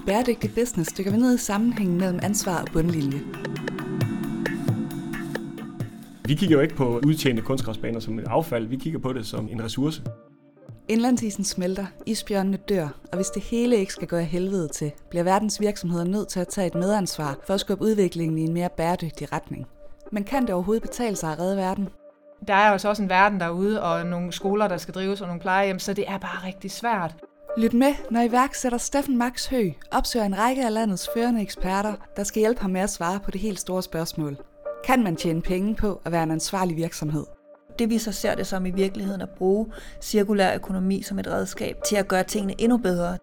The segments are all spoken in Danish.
bæredygtig business dykker vi ned i sammenhængen mellem ansvar og bundlinje. Vi kigger jo ikke på udtjente kunstgræsbaner som et affald, vi kigger på det som en ressource. Indlandsisen smelter, isbjørnene dør, og hvis det hele ikke skal gå af helvede til, bliver verdens virksomheder nødt til at tage et medansvar for at skubbe udviklingen i en mere bæredygtig retning. Men kan det overhovedet betale sig at redde verden? Der er jo også en verden derude, og nogle skoler, der skal drives, og nogle plejehjem, så det er bare rigtig svært. Lyt med, når iværksætter Steffen Max Høgh opsøger en række af landets førende eksperter, der skal hjælpe ham med at svare på det helt store spørgsmål. Kan man tjene penge på at være en ansvarlig virksomhed? Det vi så ser det som i virkeligheden at bruge cirkulær økonomi som et redskab til at gøre tingene endnu bedre.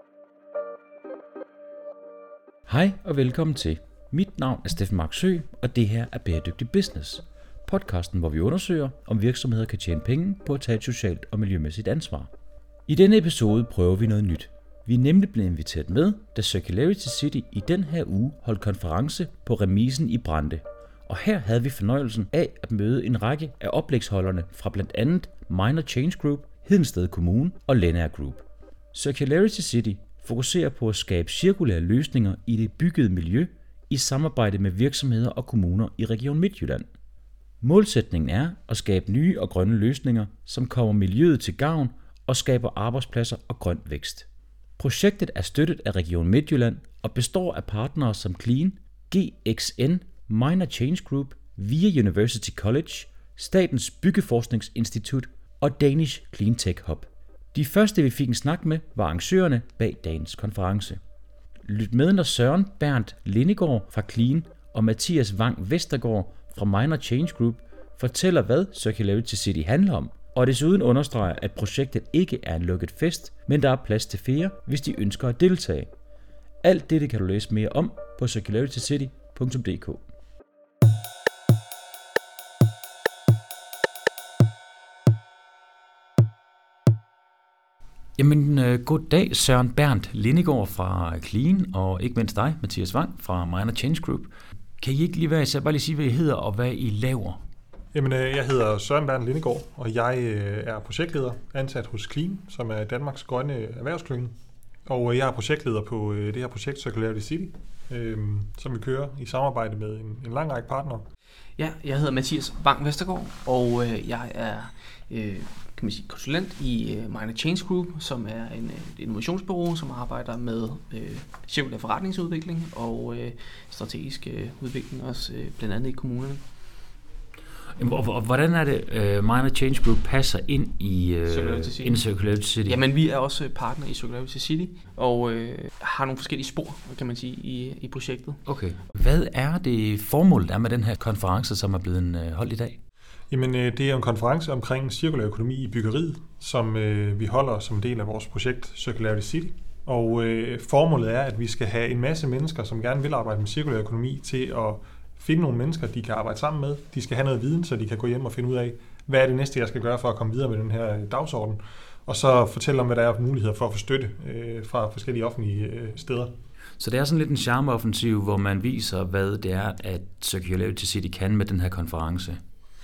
Hej og velkommen til. Mit navn er Steffen Max Høgh, og det her er Bæredygtig Business. Podcasten, hvor vi undersøger, om virksomheder kan tjene penge på at tage et socialt og miljømæssigt ansvar. I denne episode prøver vi noget nyt. Vi er nemlig blevet inviteret med, da Circularity City i den her uge holdt konference på remisen i Brande. Og her havde vi fornøjelsen af at møde en række af oplægsholderne fra blandt andet Minor Change Group, Hedensted Kommune og Lennair Group. Circularity City fokuserer på at skabe cirkulære løsninger i det byggede miljø i samarbejde med virksomheder og kommuner i Region Midtjylland. Målsætningen er at skabe nye og grønne løsninger, som kommer miljøet til gavn og skaber arbejdspladser og grøn vækst. Projektet er støttet af Region Midtjylland og består af partnere som Clean, GXN, Minor Change Group, VIA University College, Statens Byggeforskningsinstitut og Danish Clean Tech Hub. De første vi fik en snak med var arrangørerne bag dagens konference. Lyt med, når Søren Berndt Lindegaard fra Clean og Mathias Wang Vestergaard fra Minor Change Group fortæller, hvad Circularity City handler om, og desuden understreger, at projektet ikke er en lukket fest, men der er plads til flere, hvis de ønsker at deltage. Alt dette kan du læse mere om på circularitycity.dk. Jamen, god dag Søren Berndt Lindegaard fra Clean, og ikke mindst dig, Mathias Wang fra Minor Change Group. Kan I ikke bare lige sige, hvad I hedder og hvad I laver? Jamen, jeg hedder Søren Berndt Lindegaard, og jeg er projektleder ansat hos Clean, som er Danmarks grønne erhvervsklynge. Og jeg er projektleder på det her projekt Circularity City, som vi kører i samarbejde med en lang række partnere. Ja, jeg hedder Mathias Wang Vestergaard, og jeg er kan man sige, konsulent i Minor Change Group, som er et innovationsbureau, som arbejder med cirkulær forretningsudvikling og strategisk udvikling, også blandt andet i kommunerne. Og hvordan er det, Minor Change Group passer ind i Circularity City? Jamen, vi er også partner i Circularity City, og har nogle forskellige spor, kan man sige, i projektet. Okay. Hvad er det formålet er med den her konference, som er blevet holdt i dag? Jamen, det er en konference omkring cirkulær økonomi i byggeriet, som vi holder som del af vores projekt Circularity City. Og formålet er, at vi skal have en masse mennesker, som gerne vil arbejde med cirkulær økonomi, til at finde nogle mennesker, de kan arbejde sammen med. De skal have noget viden, så de kan gå hjem og finde ud af, hvad er det næste, jeg skal gøre for at komme videre med den her dagsorden. Og så fortælle om, hvad der er muligheder for at få støtte fra forskellige offentlige steder. Så det er sådan lidt en charmeoffensiv, hvor man viser, hvad det er, at Circularity City kan med den her konference.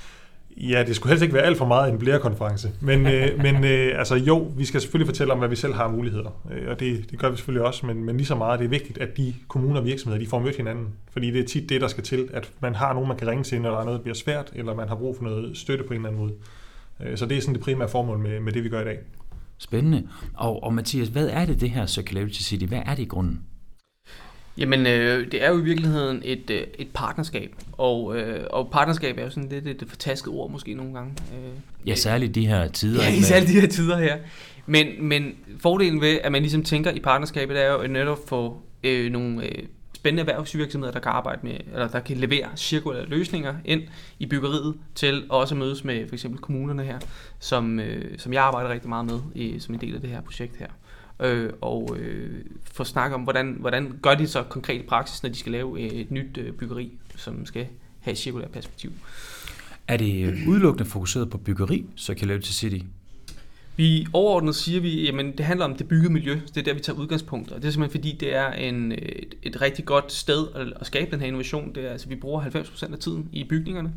Ja, det skulle helst ikke være alt for meget en blærekonference, men altså jo, vi skal selvfølgelig fortælle om, hvad vi selv har muligheder, og det gør vi selvfølgelig også, men lige så meget det er vigtigt, at de kommuner og virksomheder, de får mødt hinanden, fordi det er tit det, der skal til, at man har nogen, man kan ringe til, når der er noget, der bliver svært, eller man har brug for noget støtte på en eller anden måde. Så det er sådan det primære formål med det, vi gør i dag. Spændende. Og Mathias, hvad er det her Circularity City? Hvad er det i grunden? Jamen, det er jo i virkeligheden et partnerskab, og partnerskab er jo sådan lidt et fortasket ord måske nogle gange. Ja, særligt de her tider. Ja, særligt de her tider her. Men fordelen ved, at man ligesom tænker i partnerskabet, er jo netop at få nogle spændende erhvervsvirksomheder, der kan arbejde med, eller der kan levere cirkulære løsninger ind i byggeriet, til også at mødes med for eksempel kommunerne her, som jeg arbejder rigtig meget med som en del af det her projekt her. Og få snak om, hvordan gør de så konkret i praksis, når de skal lave et nyt byggeri, som skal have et cirkulært perspektiv. Er det udelukkende fokuseret på byggeri, Circularity City? Vi overordnet siger vi, jamen det handler om det byggede miljø, det er der vi tager udgangspunkt, og det er simpelthen fordi det er et rigtig godt sted at skabe den her innovation. Det er, altså vi bruger 90% af tiden i bygningerne,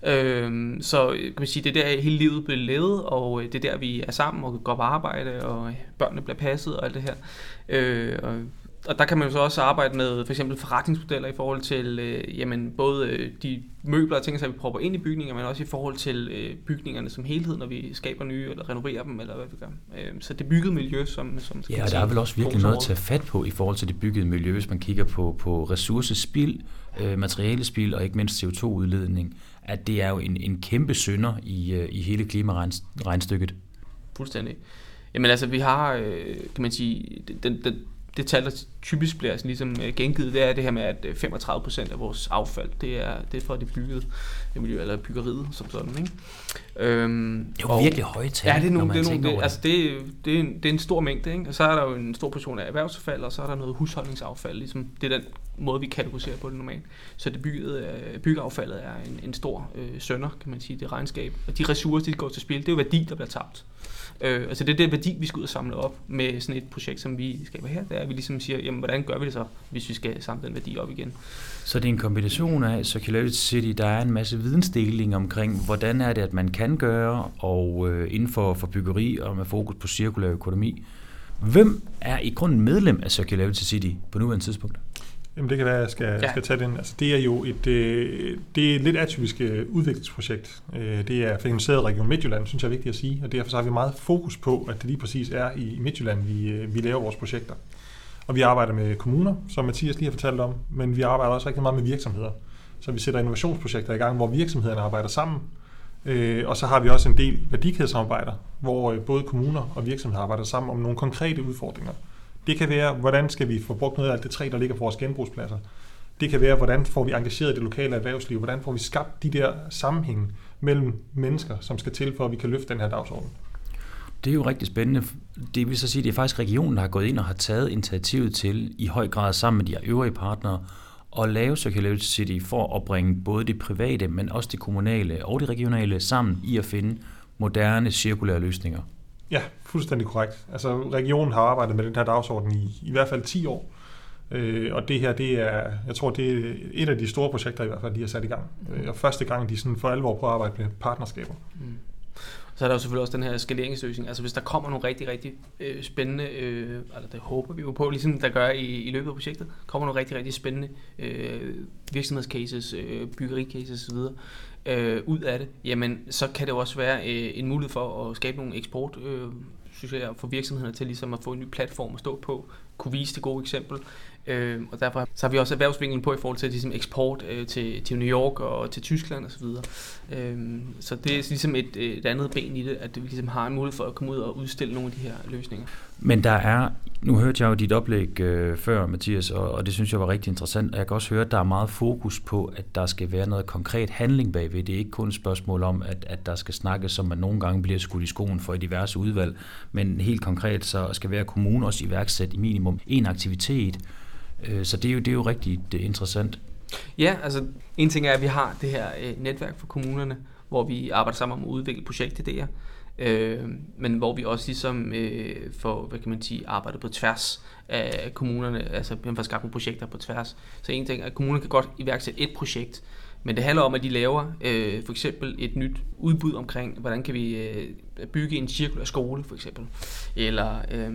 så kan man sige, det er der hele livet bliver levet, og det er der vi er sammen og går på arbejde, og børnene bliver passet og alt det her. Og der kan man jo så også arbejde med for eksempel forretningsmodeller i forhold til både de møbler og ting, som vi propper ind i bygninger, men også i forhold til bygningerne som helhed, når vi skaber nye eller renoverer dem, eller hvad vi gør. Så det byggede miljø, som ja, og der er vel også virkelig noget at tage fat på i forhold til det byggede miljø, hvis man kigger på ressourcespild, materialespild og ikke mindst CO2-udledning, at det er jo en kæmpe synder i hele klimaregnstykket. Fuldstændig. Jamen altså, vi har, kan man sige, det tal, der typisk bliver ligesom gengivet, det er det her med, at 35% af vores affald, det er fra det byggede miljø, eller byggeriet som sådan, ikke? Det er jo virkelig høje tal, ja, det er en stor mængde, ikke? Og så er der jo en stor portion af erhvervsaffald, og så er der noget husholdningsaffald, ligesom det er den måde, vi kategoriserer på det normalt. Så det byggeaffaldet er en stor sønder, kan man sige, det regnskab. Og de ressourcer, de går til spil, det er jo værdi, der bliver tabt. Altså det er det værdi, vi skal ud og samle op med sådan et projekt, som vi skaber her. Det er, at vi ligesom siger, jamen hvordan gør vi det så, hvis vi skal samle den værdi op igen. Så det er en kombination af Circularity City, der er en masse vidensdeling omkring, hvordan er det, at man kan gøre, og inden for byggeri og med fokus på cirkulær økonomi. Hvem er i grunden medlem af Circularity City på nuværende tidspunkt? Jamen det kan være, at jeg skal tage den. Altså, det er jo et lidt atypisk udviklingsprojekt. Det er finansieret af Region Midtjylland, synes jeg er vigtigt at sige, og derfor så har vi meget fokus på, at det lige præcis er i Midtjylland, vi laver vores projekter. Og vi arbejder med kommuner, som Mathias lige har fortalt om, men vi arbejder også rigtig meget med virksomheder. Så vi sætter innovationsprojekter i gang, hvor virksomhederne arbejder sammen, og så har vi også en del værdikædesamarbejder, hvor både kommuner og virksomheder arbejder sammen om nogle konkrete udfordringer. Det kan være, hvordan skal vi få brugt noget af alt det træ, der ligger på vores genbrugspladser. Det kan være, hvordan får vi engageret det lokale erhvervsliv, hvordan får vi skabt de der sammenhænge mellem mennesker, som skal til, for at vi kan løfte den her dagsorden. Det er jo rigtig spændende. Det vil så sige, at det er faktisk regionen, der har gået ind og har taget initiativet til, i høj grad sammen med de øvrige partnere, at lave Circularity City for at bringe både de private, men også de kommunale og de regionale sammen i at finde moderne cirkulære løsninger. Ja, fuldstændig korrekt. Altså regionen har arbejdet med den her dagsorden i hvert fald 10 år. Og det her, jeg tror, det er et af de store projekter i hvert fald, de har sat i gang. Og første gang, de sådan for alvor på at arbejde med partnerskaber. Så er der jo selvfølgelig også den her skaleringsløsning. Altså hvis der kommer nogle rigtig, rigtig spændende, eller det håber vi jo på, ligesom der gør i løbet af projektet, kommer nogle rigtig, rigtig spændende virksomhedscases, byggericases osv. Ud af det, jamen så kan det jo også være en mulighed for at skabe nogle eksport, synes jeg, for virksomhederne til ligesom at få en ny platform at stå på, kunne vise det gode eksempel. Og derfor så har vi også erhvervsvinklen på i forhold til ligesom eksport til New York og til Tyskland osv. Så det er ligesom et andet ben i det, at vi ligesom har en mulighed for at komme ud og udstille nogle af de her løsninger. Men der er, nu hørte jeg jo dit oplæg før, Mathias, og det synes jeg var rigtig interessant. Jeg kan også høre, at der er meget fokus på, at der skal være noget konkret handling bagved. Det er ikke kun et spørgsmål om, at der skal snakkes, som man nogle gange bliver skudt i skoen for i diverse udvalg, men helt konkret så skal være kommunen også iværksætte i minimum en aktivitet. Så det er jo rigtig interessant. Ja, altså en ting er, at vi har det her netværk for kommunerne, hvor vi arbejder sammen om at udvikle projektidéer, men hvor vi også ligesom får, hvad kan man sige, arbejdet på tværs af kommunerne, altså vi får skabt nogle projekter på tværs. Så en ting er, at kommunerne kan godt iværksætte et projekt, men det handler om, at de laver for eksempel et nyt udbud omkring, hvordan kan vi bygge en cirkulær skole for eksempel, eller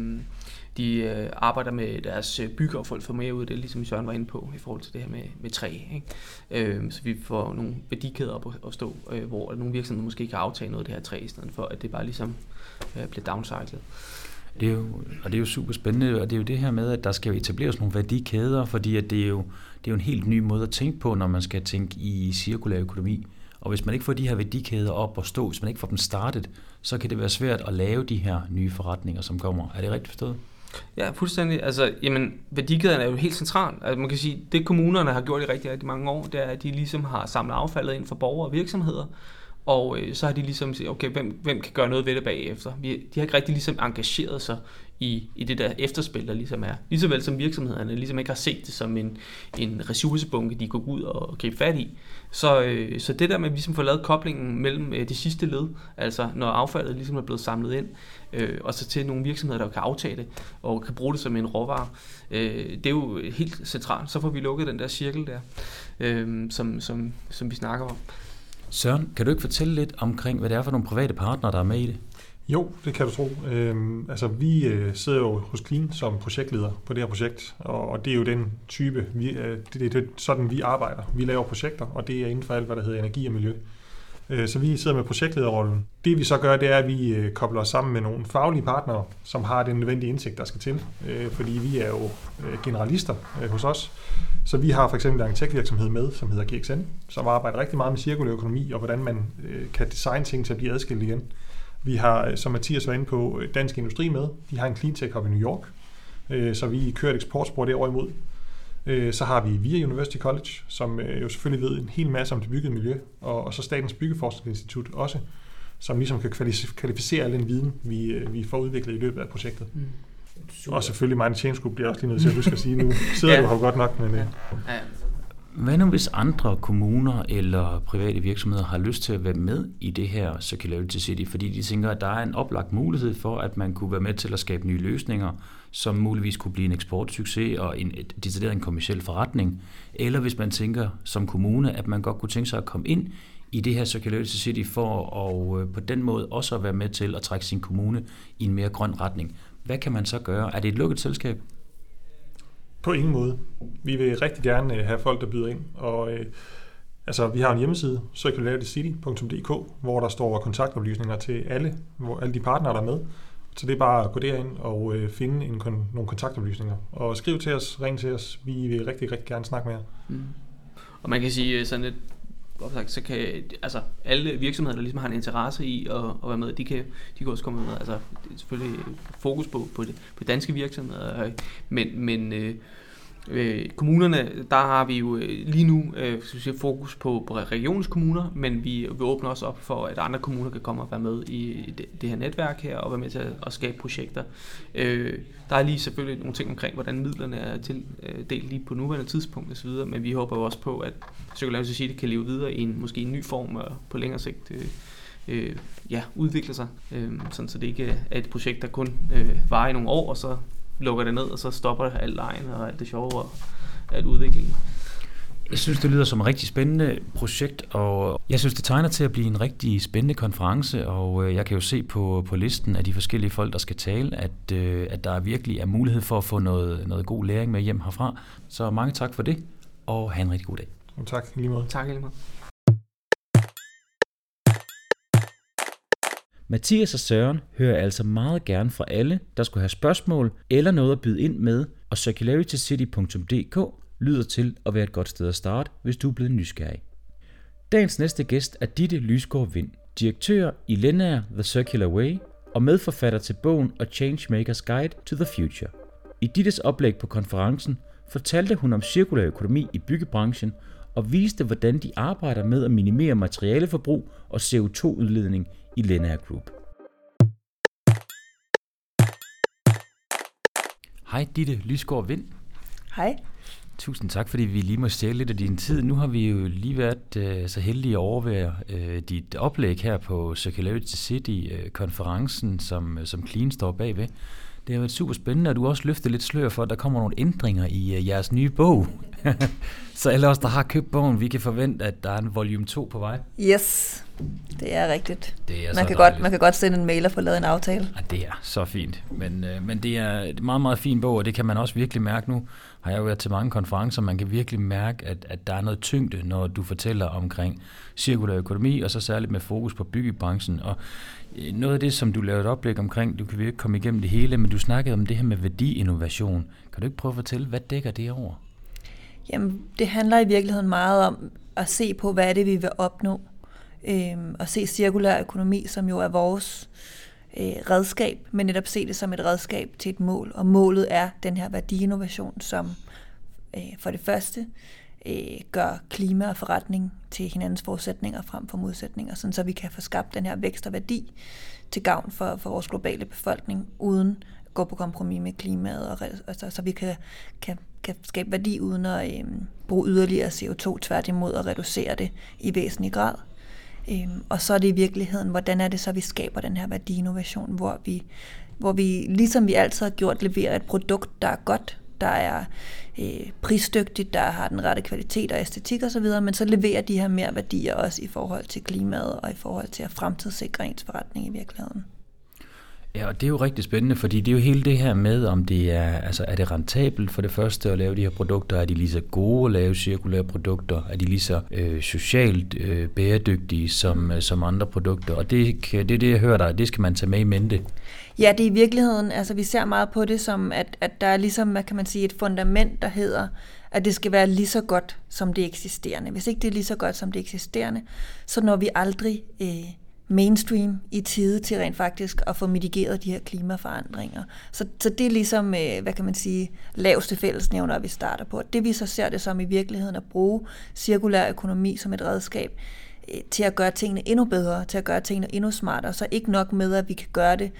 de arbejder med deres bygger og folk får mere ud af det, ligesom Søren var inde på, i forhold til det her med træ. Ikke? Så vi får nogle værdikæder op at stå, hvor nogle virksomheder måske kan aftage noget af det her træ, i stedet for at det bare ligesom bliver downcyclet. Det er jo super spændende, og det er jo det her med, at der skal etableres nogle værdikæder, fordi at det er jo en helt ny måde at tænke på, når man skal tænke i cirkulær økonomi. Og hvis man ikke får de her værdikæder op og stå, hvis man ikke får dem startet, så kan det være svært at lave de her nye forretninger, som kommer. Er det rigtigt forstået? Ja, fuldstændig. Altså, værdikæderne er jo helt centralt. Altså, man kan sige, det kommunerne har gjort i rigtig, rigtig mange år, det er, at de ligesom har samlet affaldet ind for borgere og virksomheder, og så har de ligesom sagt, okay, hvem kan gøre noget ved det bagefter? De har ikke rigtig ligesom engageret sig i det der efterspil, der ligesom er. Ligeså vel som virksomhederne ligesom ikke har set det som en ressourcebunke, de kunne gå ud og gribe fat i. Så det der med at vi ligesom får lavet koblingen mellem de sidste led, altså når affaldet ligesom er blevet samlet ind, og så til nogle virksomheder, der kan aftage det, og kan bruge det som en råvare, det er jo helt centralt. Så får vi lukket den der cirkel der, som vi snakker om. Søren, kan du ikke fortælle lidt omkring, hvad det er for nogle private partnere, der er med i det? Jo, det kan du tro. Vi sidder jo hos Clean som projektleder på det her projekt, og det er jo den type, det er sådan vi arbejder. Vi laver projekter, og det er inden for alt, hvad der hedder energi og miljø. Så vi sidder med projektlederrollen. Det vi så gør, det er, at vi kobler os sammen med nogle faglige partnere, som har den nødvendige indsigt, der skal til. Fordi vi er jo generalister hos os. Så vi har for eksempel en arkitektvirksomhed med, som hedder GXN, som arbejder rigtig meget med cirkulær økonomi, og hvordan man kan designe ting til at blive adskilt igen. Vi har, som Mathias var inde på, Dansk Industri med. De har en cleantech hub i New York, så vi kører et eksportspor derovre imod. Så har vi VIA University College, som jo selvfølgelig ved en hel masse om det byggede miljø, og så Statens Byggeforskningsinstitut også, som ligesom kan kvalificere al den viden, vi får udviklet i løbet af projektet. Og selvfølgelig Mind Change Group bliver også lige nødt til at huske at sige, nu sidder du her godt nok, men... Hvad nu hvis andre kommuner eller private virksomheder har lyst til at være med i det her Circularity City, fordi de tænker, at der er en oplagt mulighed for, at man kunne være med til at skabe nye løsninger, som muligvis kunne blive en eksportsucces og decideret en kommerciel forretning, eller hvis man tænker som kommune, at man godt kunne tænke sig at komme ind i det her Circularity City for at på den måde også at være med til at trække sin kommune i en mere grøn retning. Hvad kan man så gøre? Er det et lukket selskab? På ingen måde. Vi vil rigtig gerne have folk, der byder ind. Og vi har en hjemmeside, circularitycity.dk, hvor der står kontaktoplysninger til alle de partnere, der er med. Så det er bare at gå derind og finde nogle kontaktoplysninger. Og skriv til os, ring til os. Vi vil rigtig, rigtig gerne snakke med jer. Og man kan sige sådan lidt, så kan alle virksomheder, der ligesom har en interesse i at være med, de kan også komme med. Altså, det er selvfølgelig fokus på danske virksomheder, men kommunerne, der har vi jo lige nu fokus på regionskommuner, men vi åbner også op for, at andre kommuner kan komme og være med i det her netværk her, og være med til at skabe projekter. Der er lige selvfølgelig nogle ting omkring, hvordan midlerne er tildelt lige på nuværende tidspunkt osv., men vi håber jo også på, at Circularity City kan leve videre i måske en ny form og på længere sigt udvikle sig, sådan så det ikke er et projekt, der kun varer i nogle år, og så lukker det ned, og så stopper alt lejen og alt det sjove og alt udviklingen. Jeg synes, det lyder som et rigtig spændende projekt, og jeg synes, det tegner til at blive en rigtig spændende konference, og jeg kan jo se på listen af de forskellige folk, der skal tale, at der virkelig er mulighed for at få noget god læring med hjem herfra. Så mange tak for det, og have en rigtig god dag. Tak, lige måde. Tak, lige måde. Mathias og Søren hører altså meget gerne fra alle, der skulle have spørgsmål eller noget at byde ind med, og circularitycity.dk lyder til at være et godt sted at starte, hvis du er blevet nysgerrig. Dagens næste gæst er Ditte Lysgaard Vind, direktør i Linear The Circular Way og medforfatter til bogen A Changemakers Guide to the Future. I Dittes oplæg på konferencen fortalte hun om cirkulær økonomi i byggebranchen og viste, hvordan de arbejder med at minimere materialeforbrug og CO2-udledning i Linear Group. Hej Ditte Lysgaard Vind. Hej. Tusind tak, fordi vi lige må stjæle lidt af din tid. Nu har vi jo lige været så heldige at overvære dit oplæg her på Circularity City-konferencen, som Clean står bagved. Det har været super spændende, og du har også løftet lidt slør for, at der kommer nogle ændringer i jeres nye bog. Så alle os, der har købt bogen, vi kan forvente, at der er en volume 2 på vej. Yes, det er rigtigt. Det er man kan godt sende en mail og få lavet en aftale. Ja, det er så fint. Men det er et meget, meget fin bog, og det kan man også virkelig mærke nu. Har jeg jo været til mange konferencer, man kan virkelig mærke, at der er noget tyngde, når du fortæller omkring cirkulær økonomi, og så særligt med fokus på byggebranchen. Og noget af det, som du lavede et oplæg omkring, du kan virkelig komme igennem det hele, men du snakkede om det her med værdiinnovation. Kan du ikke prøve at fortælle, hvad dækker det over? Jamen, det handler i virkeligheden meget om at se på, hvad er det, vi vil opnå. Og se cirkulær økonomi, som jo er vores redskab, men netop se det som et redskab til et mål. Og målet er den her værdiinnovation, som for det første gør klima og forretning til hinandens forudsætninger frem for modsætninger, sådan så vi kan få skabt den her vækst og værdi til gavn for vores globale befolkning, uden at gå på kompromis med klimaet, og så vi kan skabe værdi uden at bruge yderligere CO2, tværtimod at reducere det i væsentlig grad. Og så er det i virkeligheden, hvordan er det så, vi skaber den her værdiinnovation, hvor vi, ligesom vi altid har gjort, leverer et produkt, der er godt, der er prisdygtigt, der har den rette kvalitet og æstetik osv., men så leverer de her mere værdier også i forhold til klimaet og i forhold til at fremtidssikre ens forretning i virkeligheden. Ja, og det er jo rigtig spændende, fordi det er jo hele det her med, om det er, altså er det rentabelt for det første at lave de her produkter, er de lige så gode at lave cirkulære produkter, er de lige så socialt bæredygtige som andre produkter, og det er det, jeg hører dig, det skal man tage med i mente. Ja, det er i virkeligheden, altså vi ser meget på det som, at der er ligesom, hvad kan man sige, et fundament, der hedder, at det skal være lige så godt som det eksisterende. Hvis ikke det er lige så godt som det eksisterende, så når vi aldrig mainstream i tide til rent faktisk at få mitigeret de her klimaforandringer. Så det er ligesom, hvad kan man sige, laveste fællesnævner, vi starter på. Det vi så ser det som i virkeligheden at bruge cirkulær økonomi som et redskab til at gøre tingene endnu bedre, til at gøre tingene endnu smartere. Så ikke nok med, at vi kan gøre det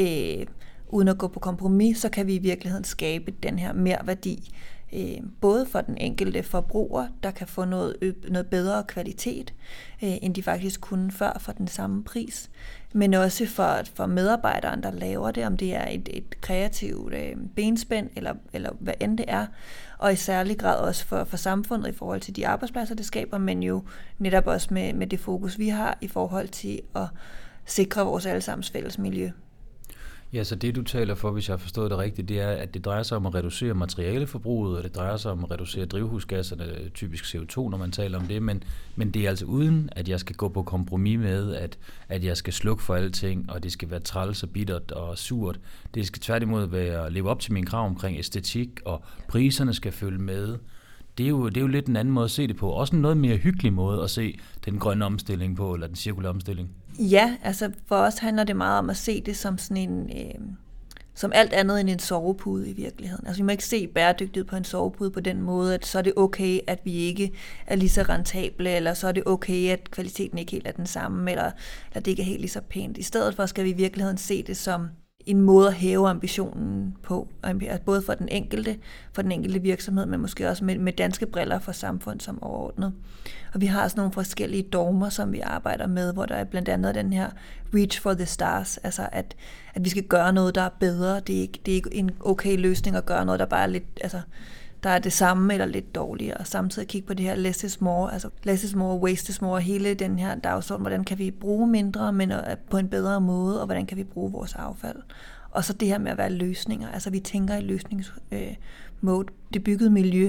uden at gå på kompromis, så kan vi i virkeligheden skabe den her merværdi, både for den enkelte forbruger, der kan få noget bedre kvalitet, end de faktisk kunne før for den samme pris, men også for medarbejderen, der laver det, om det er et kreativt benspænd, eller hvad end det er, og i særlig grad også for samfundet i forhold til de arbejdspladser, det skaber, men jo netop også med det fokus, vi har i forhold til at sikre vores allesammens fælles miljø. Ja, så det du taler for, hvis jeg har forstået det rigtigt, det er, at det drejer sig om at reducere materialeforbruget, og det drejer sig om at reducere drivhusgasserne, typisk CO2, når man taler om det, men det er altså uden, at jeg skal gå på kompromis med, at jeg skal slukke for alting, og det skal være træls og bittert og surt. Det skal tværtimod være at leve op til mine krav omkring æstetik, og priserne skal følge med. Det er jo lidt en anden måde at se det på. Også en noget mere hyggelig måde at se den grønne omstilling på, eller den cirkulære omstilling. Ja, altså for os handler det meget om at se det som sådan en, som alt andet end en sovepude i virkeligheden. Altså vi må ikke se bæredygtighed på en sovepude på den måde, at så er det okay, at vi ikke er lige så rentable, eller så er det okay, at kvaliteten ikke helt er den samme, eller det ikke er helt lige så pænt. I stedet for skal vi i virkeligheden se det som en måde at hæve ambitionen på, både for den enkelte virksomhed, men måske også med danske briller for samfund som overordnet. Og vi har sådan nogle forskellige dogmer, som vi arbejder med, hvor der er blandt andet den her reach for the stars, altså at vi skal gøre noget, der er bedre. Det er ikke en okay løsning at gøre noget, der bare er lidt, altså der er det samme eller lidt dårligere, og samtidig kigge på det her less is more, altså less is more, waste is more, hele den her dagsorden, hvordan kan vi bruge mindre, men på en bedre måde, og hvordan kan vi bruge vores affald. Og så det her med at være løsninger, altså vi tænker i løsningsmode. Det byggede miljø,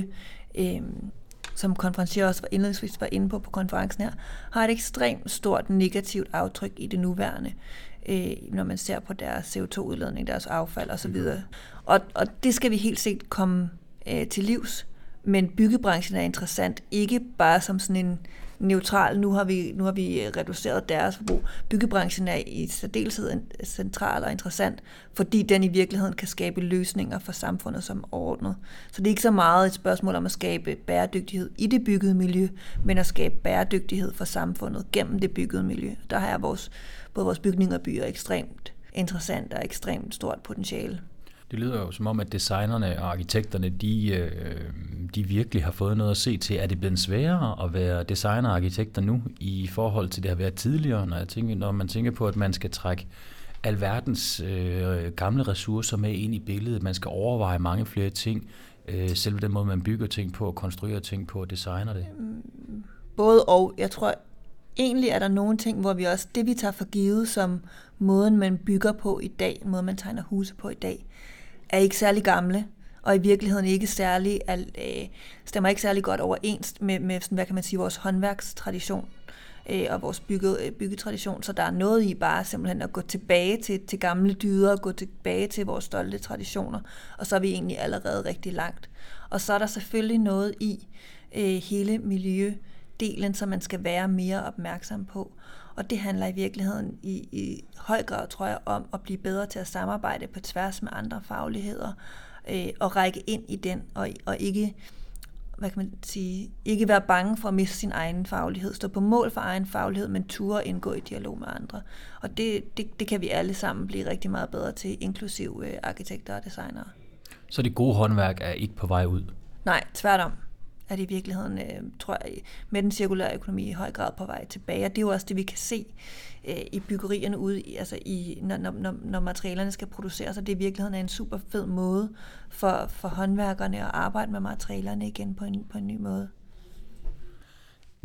som konferencier også indledningsvis var inde på konferencen her, har et ekstremt stort negativt aftryk i det nuværende, når man ser på deres CO2-udledning, deres affald osv. Og det skal vi helt sikkert komme til livs, men byggebranchen er interessant, ikke bare som sådan en neutral, nu har vi reduceret deres forbrug. Byggebranchen er i særdeleshed central og interessant, fordi den i virkeligheden kan skabe løsninger for samfundet som overordnet. Så det er ikke så meget et spørgsmål om at skabe bæredygtighed i det byggede miljø, men at skabe bæredygtighed for samfundet gennem det byggede miljø. Der har både vores bygninger og byer ekstremt interessant og ekstremt stort potentiale. Det lyder jo som om, at designerne og arkitekterne, de virkelig har fået noget at se til. Er det blevet sværere at være designer og arkitekter nu, i forhold til det har været tidligere, når man tænker på, at man skal trække alverdens gamle ressourcer med ind i billedet, man skal overveje mange flere ting, selve den måde, man bygger ting på, konstruerer ting på og designer det? Både og. Jeg tror, egentlig er der nogle ting, hvor vi også, det vi tager for givet som måden, man bygger på i dag, måden man tegner huse på i dag, er ikke særlig gamle, og i virkeligheden ikke særlig, stemmer ikke særlig godt overens med sådan, hvad kan man sige, vores håndværkstradition og vores byggetradition, så der er noget i bare simpelthen at gå tilbage til gamle dyder, og gå tilbage til vores stolte traditioner, og så er vi egentlig allerede rigtig langt. Og så er der selvfølgelig noget i hele miljødelen, som man skal være mere opmærksom på. Og det handler i virkeligheden i høj grad, tror jeg, om at blive bedre til at samarbejde på tværs med andre fagligheder, og række ind i den, og ikke, hvad kan man sige, ikke være bange for at miste sin egen faglighed, stå på mål for egen faglighed, men ture indgå i dialog med andre. Og det kan vi alle sammen blive rigtig meget bedre til, inklusiv arkitekter og designere. Så det gode håndværk er ikke på vej ud? Nej, tværtom. Er det i virkeligheden, tror jeg, med den cirkulære økonomi i høj grad på vej tilbage. Og det er jo også det, vi kan se i byggerierne ude, altså når materialerne skal produceres, og det i virkeligheden er en super fed måde for håndværkerne at arbejde med materialerne igen på en ny måde.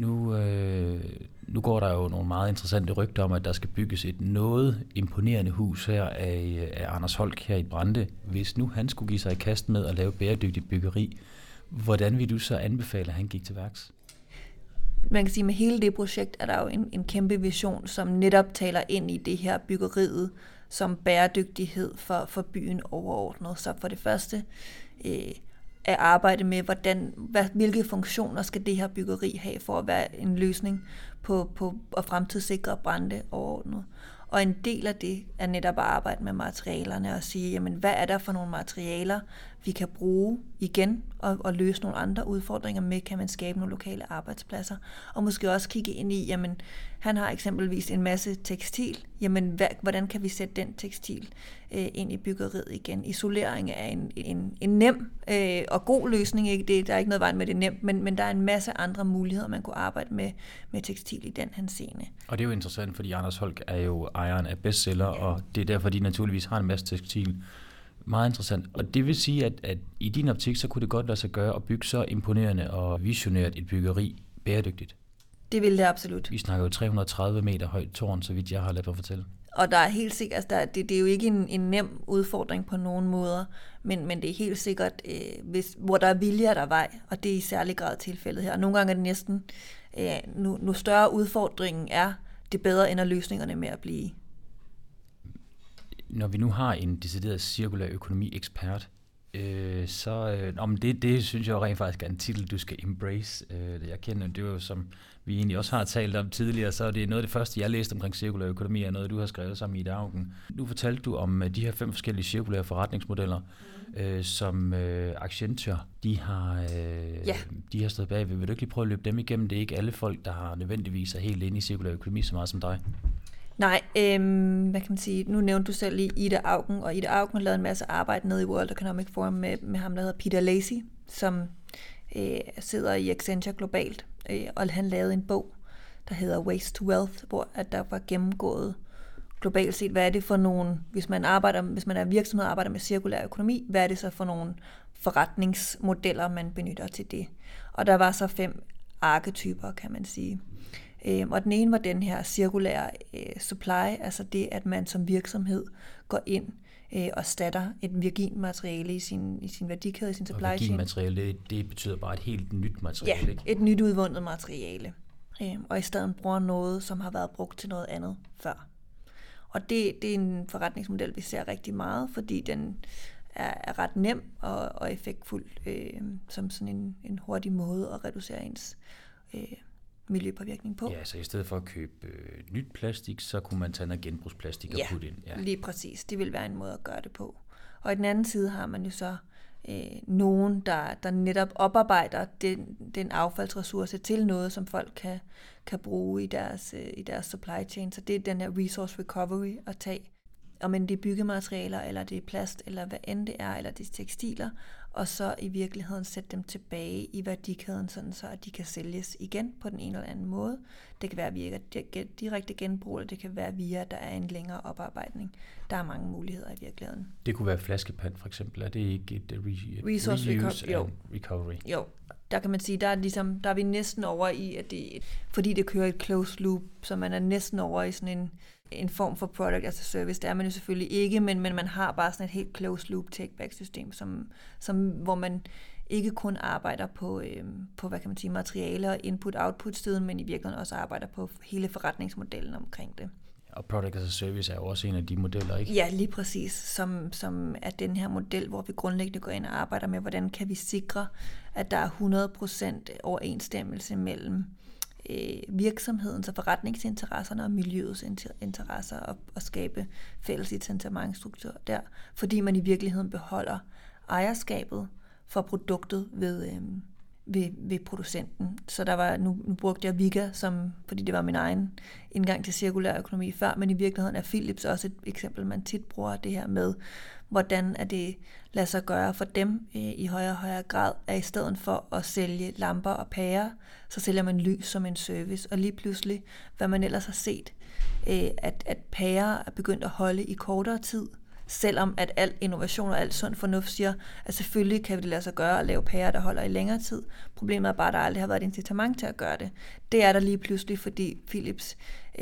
Nu går der jo nogle meget interessante rygter om, at der skal bygges et noget imponerende hus her af Anders Holk her i Brande. Hvis nu han skulle give sig i kast med at lave bæredygtigt byggeri, hvordan vil du så anbefale, at han gik til værks? Man kan sige, at med hele det projekt er der jo en kæmpe vision, som netop taler ind i det her byggeriet som bæredygtighed for byen overordnet. Så for det første at arbejde med, hvilke funktioner skal det her byggeri have for at være en løsning på at fremtidssikre Brande overordnet. Og en del af det er netop at arbejde med materialerne og sige, jamen, hvad er der for nogle materialer, vi kan bruge igen og løse nogle andre udfordringer med, kan man skabe nogle lokale arbejdspladser. Og måske også kigge ind i, jamen, han har eksempelvis en masse tekstil, jamen, hvordan kan vi sætte den tekstil ind i byggeriet igen? Isolering er en nem og god løsning, ikke? Der er ikke noget vejen med det nemt, men der er en masse andre muligheder, man kunne arbejde med tekstil i den henseende. Og det er jo interessant, fordi Anders Holk er jo ejeren af bestseller, og det er derfor, de naturligvis har en masse tekstil. Meget interessant. Og det vil sige, at i din optik, så kunne det godt lade sig gøre at bygge så imponerende og visionært et byggeri bæredygtigt. Det vil det absolut. Vi snakker jo 330 meter højt tårn, så vidt jeg har ladet mig fortælle. Og der er helt sikkert, det er jo ikke en nem udfordring på nogen måder, men det er helt sikkert, hvor der er vilje, er der vej, og det er i særlig grad tilfældet her. Og nogle gange er det næsten, nu større udfordringen er, det bedre ender løsningerne med at blive. Når vi nu har en decideret cirkulær økonomi-ekspert, det synes jeg jo rent faktisk er en titel, du skal embrace. Jeg kender det jo, som vi egentlig også har talt om tidligere, så det er noget af det første, jeg læste omkring cirkulær økonomi, er noget, du har skrevet sammen i Augen. Nu fortalte du om de her 5 forskellige cirkulære forretningsmodeller, som Accenture, de har stået bag. Vil du ikke lige prøve at løbe dem igennem? Det er ikke alle folk, der har nødvendigvis er helt inde i cirkulær økonomi så meget som dig. Nej, hvad kan man sige, nu nævnte du selv lige Ida Augen, og Ida Augen har lavet en masse arbejde nede i World Economic Forum med ham, der hedder Peter Lacy, som sidder i Accenture globalt, og han lavede en bog, der hedder Waste to Wealth, hvor at der var gennemgået globalt set, hvad er det for nogle, hvis man er virksomhed og arbejder med cirkulær økonomi, hvad er det så for nogle forretningsmodeller, man benytter til det. Og der var så 5 arketyper, kan man sige. Og den ene var den her cirkulære supply, altså det, at man som virksomhed går ind og erstatter et virginmateriale i sin værdikæde, i sin supply chain. Og virginmateriale, det betyder bare et helt nyt materiale, ja, ikke? Et nyt udvundet materiale. Og i stedet bruger noget, som har været brugt til noget andet før. Og det er en forretningsmodel, vi ser rigtig meget, fordi den er ret nem og effektfuld, som sådan en hurtig måde at reducere ens miljøpåvirkning på. Ja, så i stedet for at købe nyt plastik, så kunne man tage noget genbrugsplastik og putte ind. Ja, lige præcis. Det vil være en måde at gøre det på. Og i den anden side har man jo så nogen, der netop oparbejder den affaldsressource til noget, som folk kan bruge i deres supply chain. Så det er den her resource recovery at tage, om end det er byggematerialer, eller det er plast, eller hvad end det er, eller det er tekstiler, og så i virkeligheden sætte dem tilbage i værdikæden, sådan så at de kan sælges igen på den ene eller anden måde. Det kan være via direkte genbrug, eller det kan være via, at der er en længere oparbejdning. Der er mange muligheder i virkeligheden. Det kunne være flaskepand for eksempel. Er det ikke et resource recovery? Jo. Der kan man sige, der er vi næsten over i, at fordi det kører et closed loop, så man er næsten over i sådan en form for product as a service. Det er man jo selvfølgelig ikke, men man har bare sådan et helt closed loop take-back-system, hvor man ikke kun arbejder på hvad kan man sige, materialer og input-output-siden, men i virkeligheden også arbejder på hele forretningsmodellen omkring det. Og product as a service er jo også en af de modeller, ikke? Ja, lige præcis, som er den her model, hvor vi grundlæggende går ind og arbejder med, hvordan kan vi sikre, at der er 100% overensstemmelse mellem virksomhedens og forretningsinteresserne og miljøets interesser og skabe fælles incitamentsstruktur der, fordi man i virkeligheden beholder ejerskabet for produktet ved producenten. Så der var, nu brugte jeg Vika, fordi det var min egen indgang til cirkulær økonomi før, men i virkeligheden er Philips også et eksempel, man tit bruger det her med, hvordan er det lader sig gøre for dem i højere og højere grad, at i stedet for at sælge lamper og pærer, så sælger man lys som en service, og lige pludselig, hvad man ellers har set, at pærer er begyndt at holde i kortere tid, selvom at al innovation og al sund fornuft siger, at selvfølgelig kan vi det lade sig gøre at lave pærer, der holder i længere tid. Problemet er bare, at der aldrig har været et incitament til at gøre det. Det er der lige pludselig, fordi Philips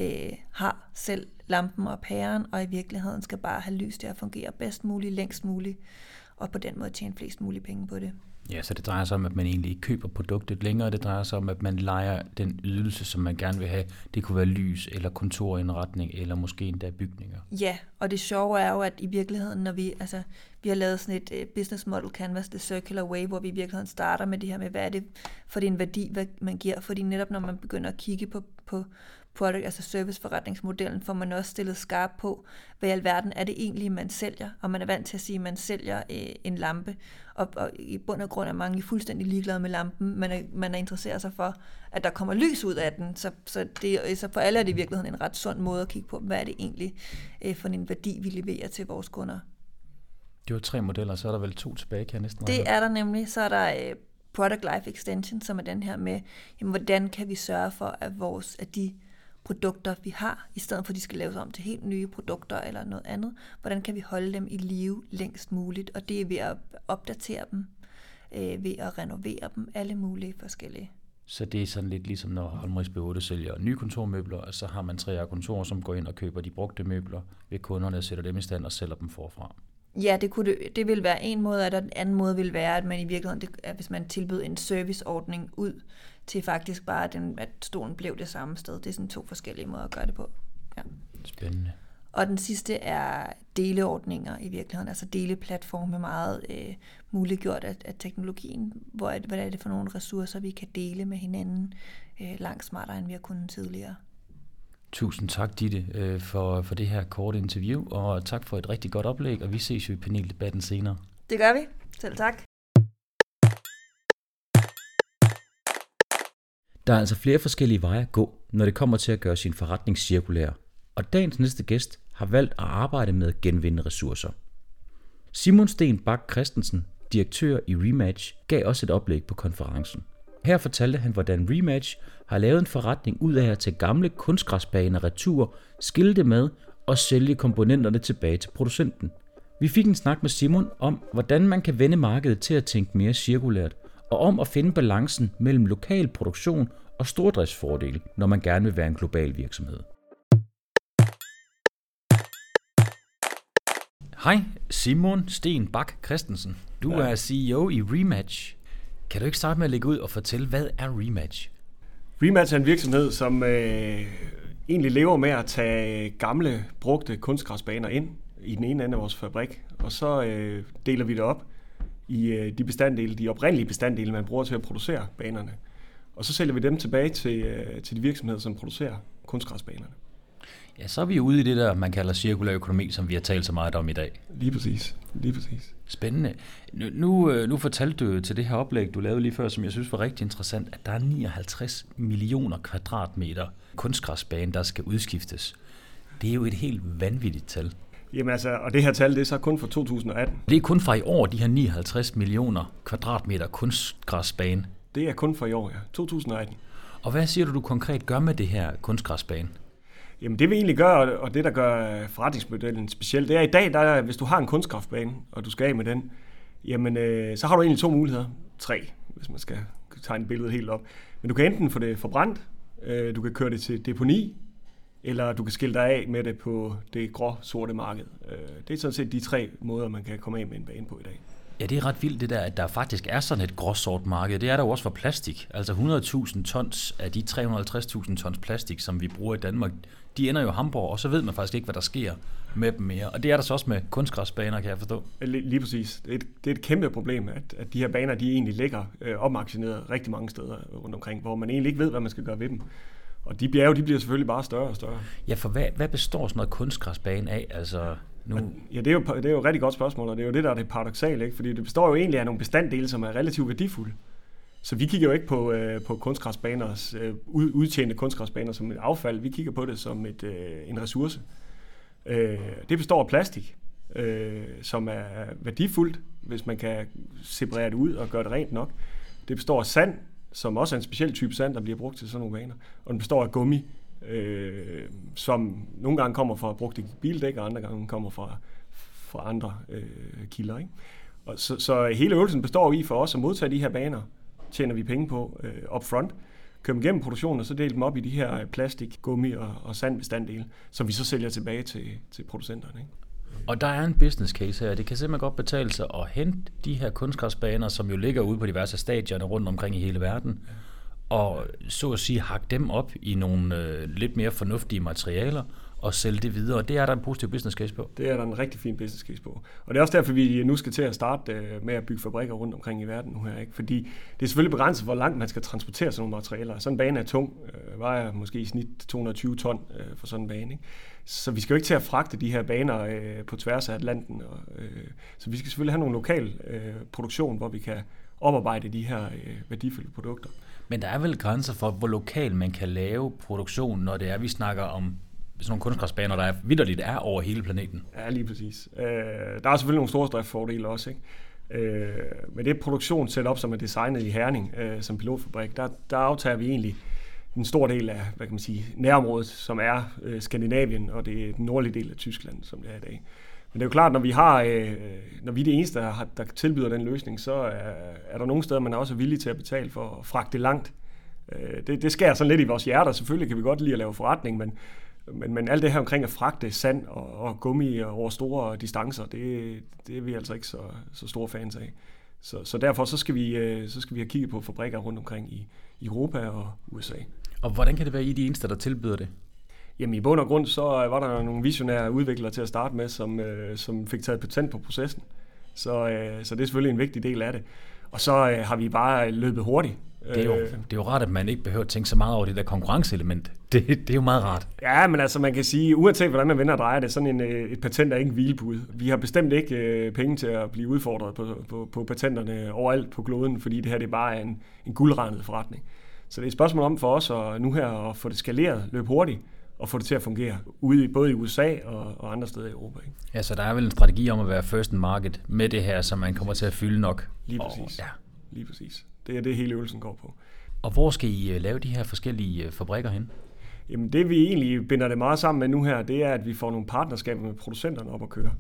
har selv lampen og pæren, og i virkeligheden skal bare have lys til at fungere bedst muligt, længst muligt, og på den måde tjene flest mulige penge på det. Ja, så det drejer sig om, at man egentlig ikke køber produktet længere. Det drejer sig om, at man lejer den ydelse, som man gerne vil have. Det kunne være lys, eller kontorindretning, eller måske endda bygninger. Ja, og det sjove er jo, at i virkeligheden, når vi har lavet sådan et business model canvas, The Circular Way, hvor vi i virkeligheden starter med det her med, hvad er det for en værdi, hvad man giver. Fordi netop når man begynder at kigge på product, altså serviceforretningsmodellen, får man også stillet skarp på, hvad i alverden er det egentlig, man sælger. Og man er vant til at sige, at man sælger en lampe, og i bund og grund er mange fuldstændig ligeglade med lampen. Man er interesseret sig for, at der kommer lys ud af den. Så for alle er det i virkeligheden en ret sund måde at kigge på, hvad er det egentlig for en værdi, vi leverer til vores kunder. Det var 3 modeller, så er der vel 2 tilbage, kan jeg næsten regne. Det er der nemlig. Så er der Product Life Extension, som er den her med, jamen, hvordan kan vi sørge for, at de produkter, vi har, i stedet for at de skal laves om til helt nye produkter eller noget andet, hvordan kan vi holde dem i live længst muligt, og det er ved at opdatere dem, ved at renovere dem, alle mulige forskellige. Så det er sådan lidt ligesom når Holmris B8 sælger nye kontormøbler, og så har man 3 kontorer, som går ind og køber de brugte møbler ved kunderne, sætter dem i stand og sælger dem forfra. Ja, det vil være en måde, og den anden måde vil være, at man i virkeligheden, hvis man tilbyder en serviceordning ud til faktisk bare, at stolen blev det samme sted. Det er sådan 2 forskellige måder at gøre det på. Ja. Spændende. Og den sidste er deleordninger i virkeligheden, altså deleplatforme meget muliggjort af teknologien. Hvad er det for nogle ressourcer, vi kan dele med hinanden langt smartere, end vi har kunnet tidligere. Tusind tak, Ditte, for det her korte interview, og tak for et rigtig godt oplæg, og vi ses jo i paneldebatten senere. Det gør vi. Selv tak. Der er altså flere forskellige veje at gå, når det kommer til at gøre sin forretning cirkulær, og dagens næste gæst har valgt at arbejde med at genvinde ressourcer. Simon Sten Bak Christensen, direktør i Rematch, gav også et oplæg på konferencen. Her fortalte han, hvordan Rematch har lavet en forretning ud af at tage gamle kunstgræsbaner retur, skille det med og sælge komponenterne tilbage til producenten. Vi fik en snak med Simon om, hvordan man kan vende markedet til at tænke mere cirkulært, og om at finde balancen mellem lokal produktion og stordriftsfordele, når man gerne vil være en global virksomhed. Hej, Simon Sten Bak Christensen. Du er CEO i Rematch. Kan du ikke starte med at lægge ud og fortælle, hvad er Rematch? Rematch er en virksomhed, som egentlig lever med at tage gamle, brugte kunstgræsbaner ind i den ene ende af vores fabrik, og så deler vi det op i de oprindelige bestanddele, man bruger til at producere banerne. Og så sælger vi dem tilbage til de virksomheder, som producerer kunstgræsbanerne. Ja, så er vi ude i det der, man kalder cirkulær økonomi, som vi har talt så meget om i dag. Lige præcis. Spændende. Nu fortalte du til det her oplæg, du lavede lige før, som jeg synes var rigtig interessant, at der er 59 millioner kvadratmeter kunstgræsbane, der skal udskiftes. Det er jo et helt vanvittigt tal. Jamen altså, og det her tal, det er så kun for 2018. Det er kun fra i år, de her 59 millioner kvadratmeter kunstgræsbane. Det er kun for i år, ja. 2018. Og hvad siger du konkret gør med det her kunstgræsbane? Jamen det vi egentlig gør, og det der gør forretningsmodellen speciel, det er i dag, hvis du har en kunstgræsbane, og du skal af med den, jamen så har du egentlig 2 muligheder. 3, hvis man skal tegne billedet helt op. Men du kan enten få det forbrændt, du kan køre det til deponi, eller du kan skille dig af med det på det grå-sorte marked. Det er sådan set de 3 måder, man kan komme af med en bane på i dag. Ja, det er ret vildt det der, at der faktisk er sådan et gråsort marked. Det er der jo også for plastik. Altså 100.000 tons af de 350.000 tons plastik, som vi bruger i Danmark, de ender jo i Hamburg, og så ved man faktisk ikke, hvad der sker med dem mere. Og det er der så også med kunstgræsbaner, kan jeg forstå. Lige præcis. Det er et kæmpe problem, at de her baner, de egentlig ligger opmagasineret rigtig mange steder rundt omkring, hvor man egentlig ikke ved, hvad man skal gøre ved dem. Og de bjerge, de bliver selvfølgelig bare større og større. Ja, for hvad består sådan noget kunstgræsbane af? Altså, nu... Ja, det er jo et rigtig godt spørgsmål, og det er jo det, der er det paradoksale, ikke? Fordi det består jo egentlig af nogle bestanddele, som er relativt værdifulde. Så vi kigger jo ikke på kunstgræsbaners, udtjente kunstgræsbaner som et affald. Vi kigger på det som en ressource. Det består af plastik, som er værdifuldt, hvis man kan separere det ud og gøre det rent nok. Det består af sand, som også er en speciel type sand, der bliver brugt til sådan nogle baner. Og den består af gummi, som nogle gange kommer fra brugte bildæk, og andre gange kommer fra andre kilder. Ikke? Og så hele øvelsen består i for os at modtage de her baner, tjener vi penge på upfront, kører dem gennem produktionen, og så deler dem op i de her plastik, gummi og sandbestanddele, som vi så sælger tilbage til producenterne. Ikke? Og der er en business case her. Det kan simpelthen godt betale sig at hente de her kunstgræsbaner, som jo ligger ude på diverse stadioner rundt omkring i hele verden, og så at sige hakke dem op i nogle lidt mere fornuftige materialer, og sælge det videre. Det er der en positiv business case på. Det er der en rigtig fin business case på. Og det er også derfor, vi nu skal til at starte med at bygge fabrikker rundt omkring i verden nu her. Ikke? Fordi det er selvfølgelig begrænset, hvor langt man skal transportere sådan nogle materialer. Sådan en bane er tung, vejer måske i snit 220 ton for sådan en bane. Ikke? Så vi skal jo ikke til at fragte de her baner på tværs af Atlanten. Så vi skal selvfølgelig have nogle lokal produktion, hvor vi kan oparbejde de her værdifulde produkter. Men der er vel grænser for, hvor lokal man kan lave produktion, når det er, vi snakker om sådan nogle kunstgræsbaner, der vitterligt er over hele planeten. Ja, lige præcis. Der er selvfølgelig nogle store driftsfordele også, ikke? Med det produktionssetup, som er designet i Herning som pilotfabrik, der aftager vi egentlig en stor del af, hvad kan man sige, nærområdet, som er Skandinavien, og det er den nordlige del af Tyskland, som det er i dag. Men det er jo klart, når vi er det eneste, der tilbyder den løsning, så er der nogle steder, man er også villig til at betale for at fragte det langt. Det skærer sådan lidt i vores hjerter. Selvfølgelig kan vi godt lide at lave forretning, men alt det her omkring at fragte sand og gummi over store distancer, det er vi altså ikke så store fans af. Så derfor så skal vi have kigget på fabrikker rundt omkring i Europa og USA. Og hvordan kan det være, I de eneste, der tilbyder det? Jamen i bund og grund, så var der nogle visionære udviklere til at starte med, som fik taget patent på processen. Så det er selvfølgelig en vigtig del af det. Og så har vi bare løbet hurtigt. Det er jo rart, at man ikke behøver at tænke så meget over det der konkurrenceelement. Det er jo meget rart. Ja, men altså man kan sige, uanset hvordan man vender og drejer det, sådan et patent er ikke en hvilebud. Vi har bestemt ikke penge til at blive udfordret på patenterne overalt på kloden, fordi det her det er bare en guldrandet forretning. Så det er et spørgsmål om for os nu her at få det skaleret, løbe hurtigt, og få det til at fungere både i USA og andre steder i Europa. Ikke? Ja, så der er vel en strategi om at være first in market med det her, så man kommer til at fylde nok. Lige præcis. Lige præcis. Det er det, hele øvelsen går på. Og hvor skal I lave de her forskellige fabrikker hen? Jamen det, vi egentlig binder det meget sammen med nu her, det er, at vi får nogle partnerskaber med producenterne op at køre.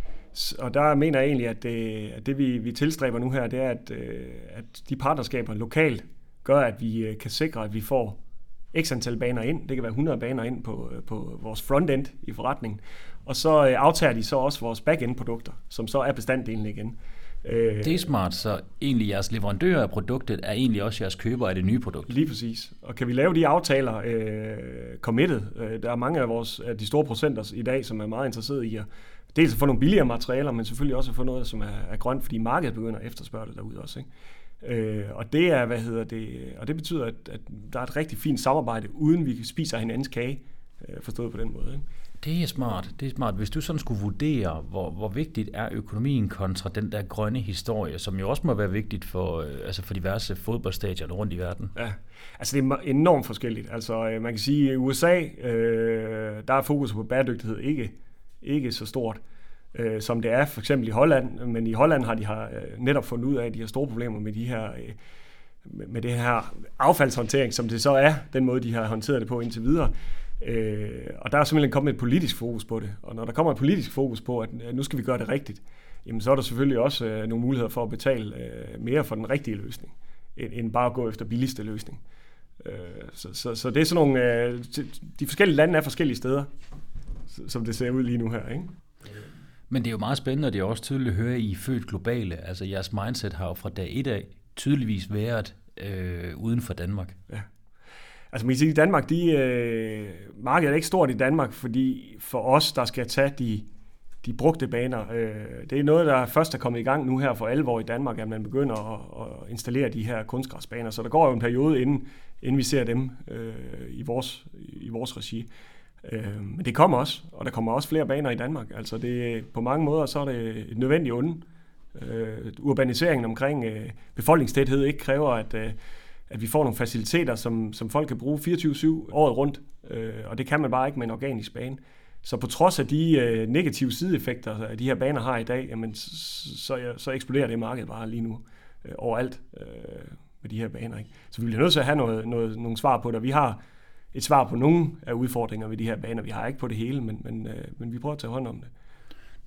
Og der mener jeg egentlig, at det vi tilstræber nu her, det er, at de partnerskaber lokalt gør, at vi kan sikre, at vi får x antal baner ind. Det kan være 100 baner ind på vores frontend i forretningen. Og så aftager de så også vores backend-produkter, som så er bestanddelen igen. Det er smart, så egentlig jeres leverandører af produktet er egentlig også jeres køber af det nye produkt. Lige præcis. Og kan vi lave de aftaler committed? Der er mange af de store producenter i dag, som er meget interesserede i at dels at få nogle billigere materialer, men selvfølgelig også at få noget, som er grønt, fordi markedet begynder at efterspørge det derude også. Ikke? Og det er, og det betyder, at der er et rigtig fint samarbejde, uden vi spiser hinandens kage, forstået på den måde. Ikke? Det er smart. Hvis du sådan skulle vurdere, hvor vigtigt er økonomien kontra den der grønne historie, som jo også må være vigtigt for diverse fodboldstadioner rundt i verden. Ja, altså det er enormt forskelligt. Altså man kan sige, at i USA, der er fokus på bæredygtighed ikke så stort, som det er for eksempel i Holland. Men i Holland har de netop fundet ud af, at de har store problemer med det her affaldshåndtering, som det så er, den måde, de har håndteret det på indtil videre. Og der er simpelthen kommet et politisk fokus på det. Og når der kommer et politisk fokus på, at nu skal vi gøre det rigtigt, jamen så er der selvfølgelig også nogle muligheder for at betale mere for den rigtige løsning, end bare at gå efter billigste løsning. Så det er sådan nogle... de forskellige lande er forskellige steder, som det ser ud lige nu her, ikke? Men det er jo meget spændende, og det er også tydeligt at høre, at I er født globale. Altså jeres mindset har jo fra dag 1 af tydeligvis været uden for Danmark. Ja. Altså man kan sige, at i Danmark, markedet er ikke stort i Danmark, fordi for os, der skal tage de brugte baner, det er noget, der først er kommet i gang nu her for alvor i Danmark, at man begynder at installere de her kunstgræsbaner. Så der går jo en periode, inden vi ser dem i vores regi. Men det kommer også, og der kommer også flere baner i Danmark. Altså på mange måder, så er det et nødvendigt onde. Urbaniseringen omkring befolkningstæthed ikke kræver, at vi får nogle faciliteter, som folk kan bruge 24/7 året rundt, og det kan man bare ikke med en organisk bane. Så på trods af de negative sideeffekter, at de her baner har i dag, jamen, så eksploderer det marked bare lige nu overalt med de her baner. Ikke? Så vi bliver nødt til at have nogle svar på det. Vi har et svar på nogle af udfordringer ved de her baner. Vi har ikke på det hele, men vi prøver at tage hånd om det.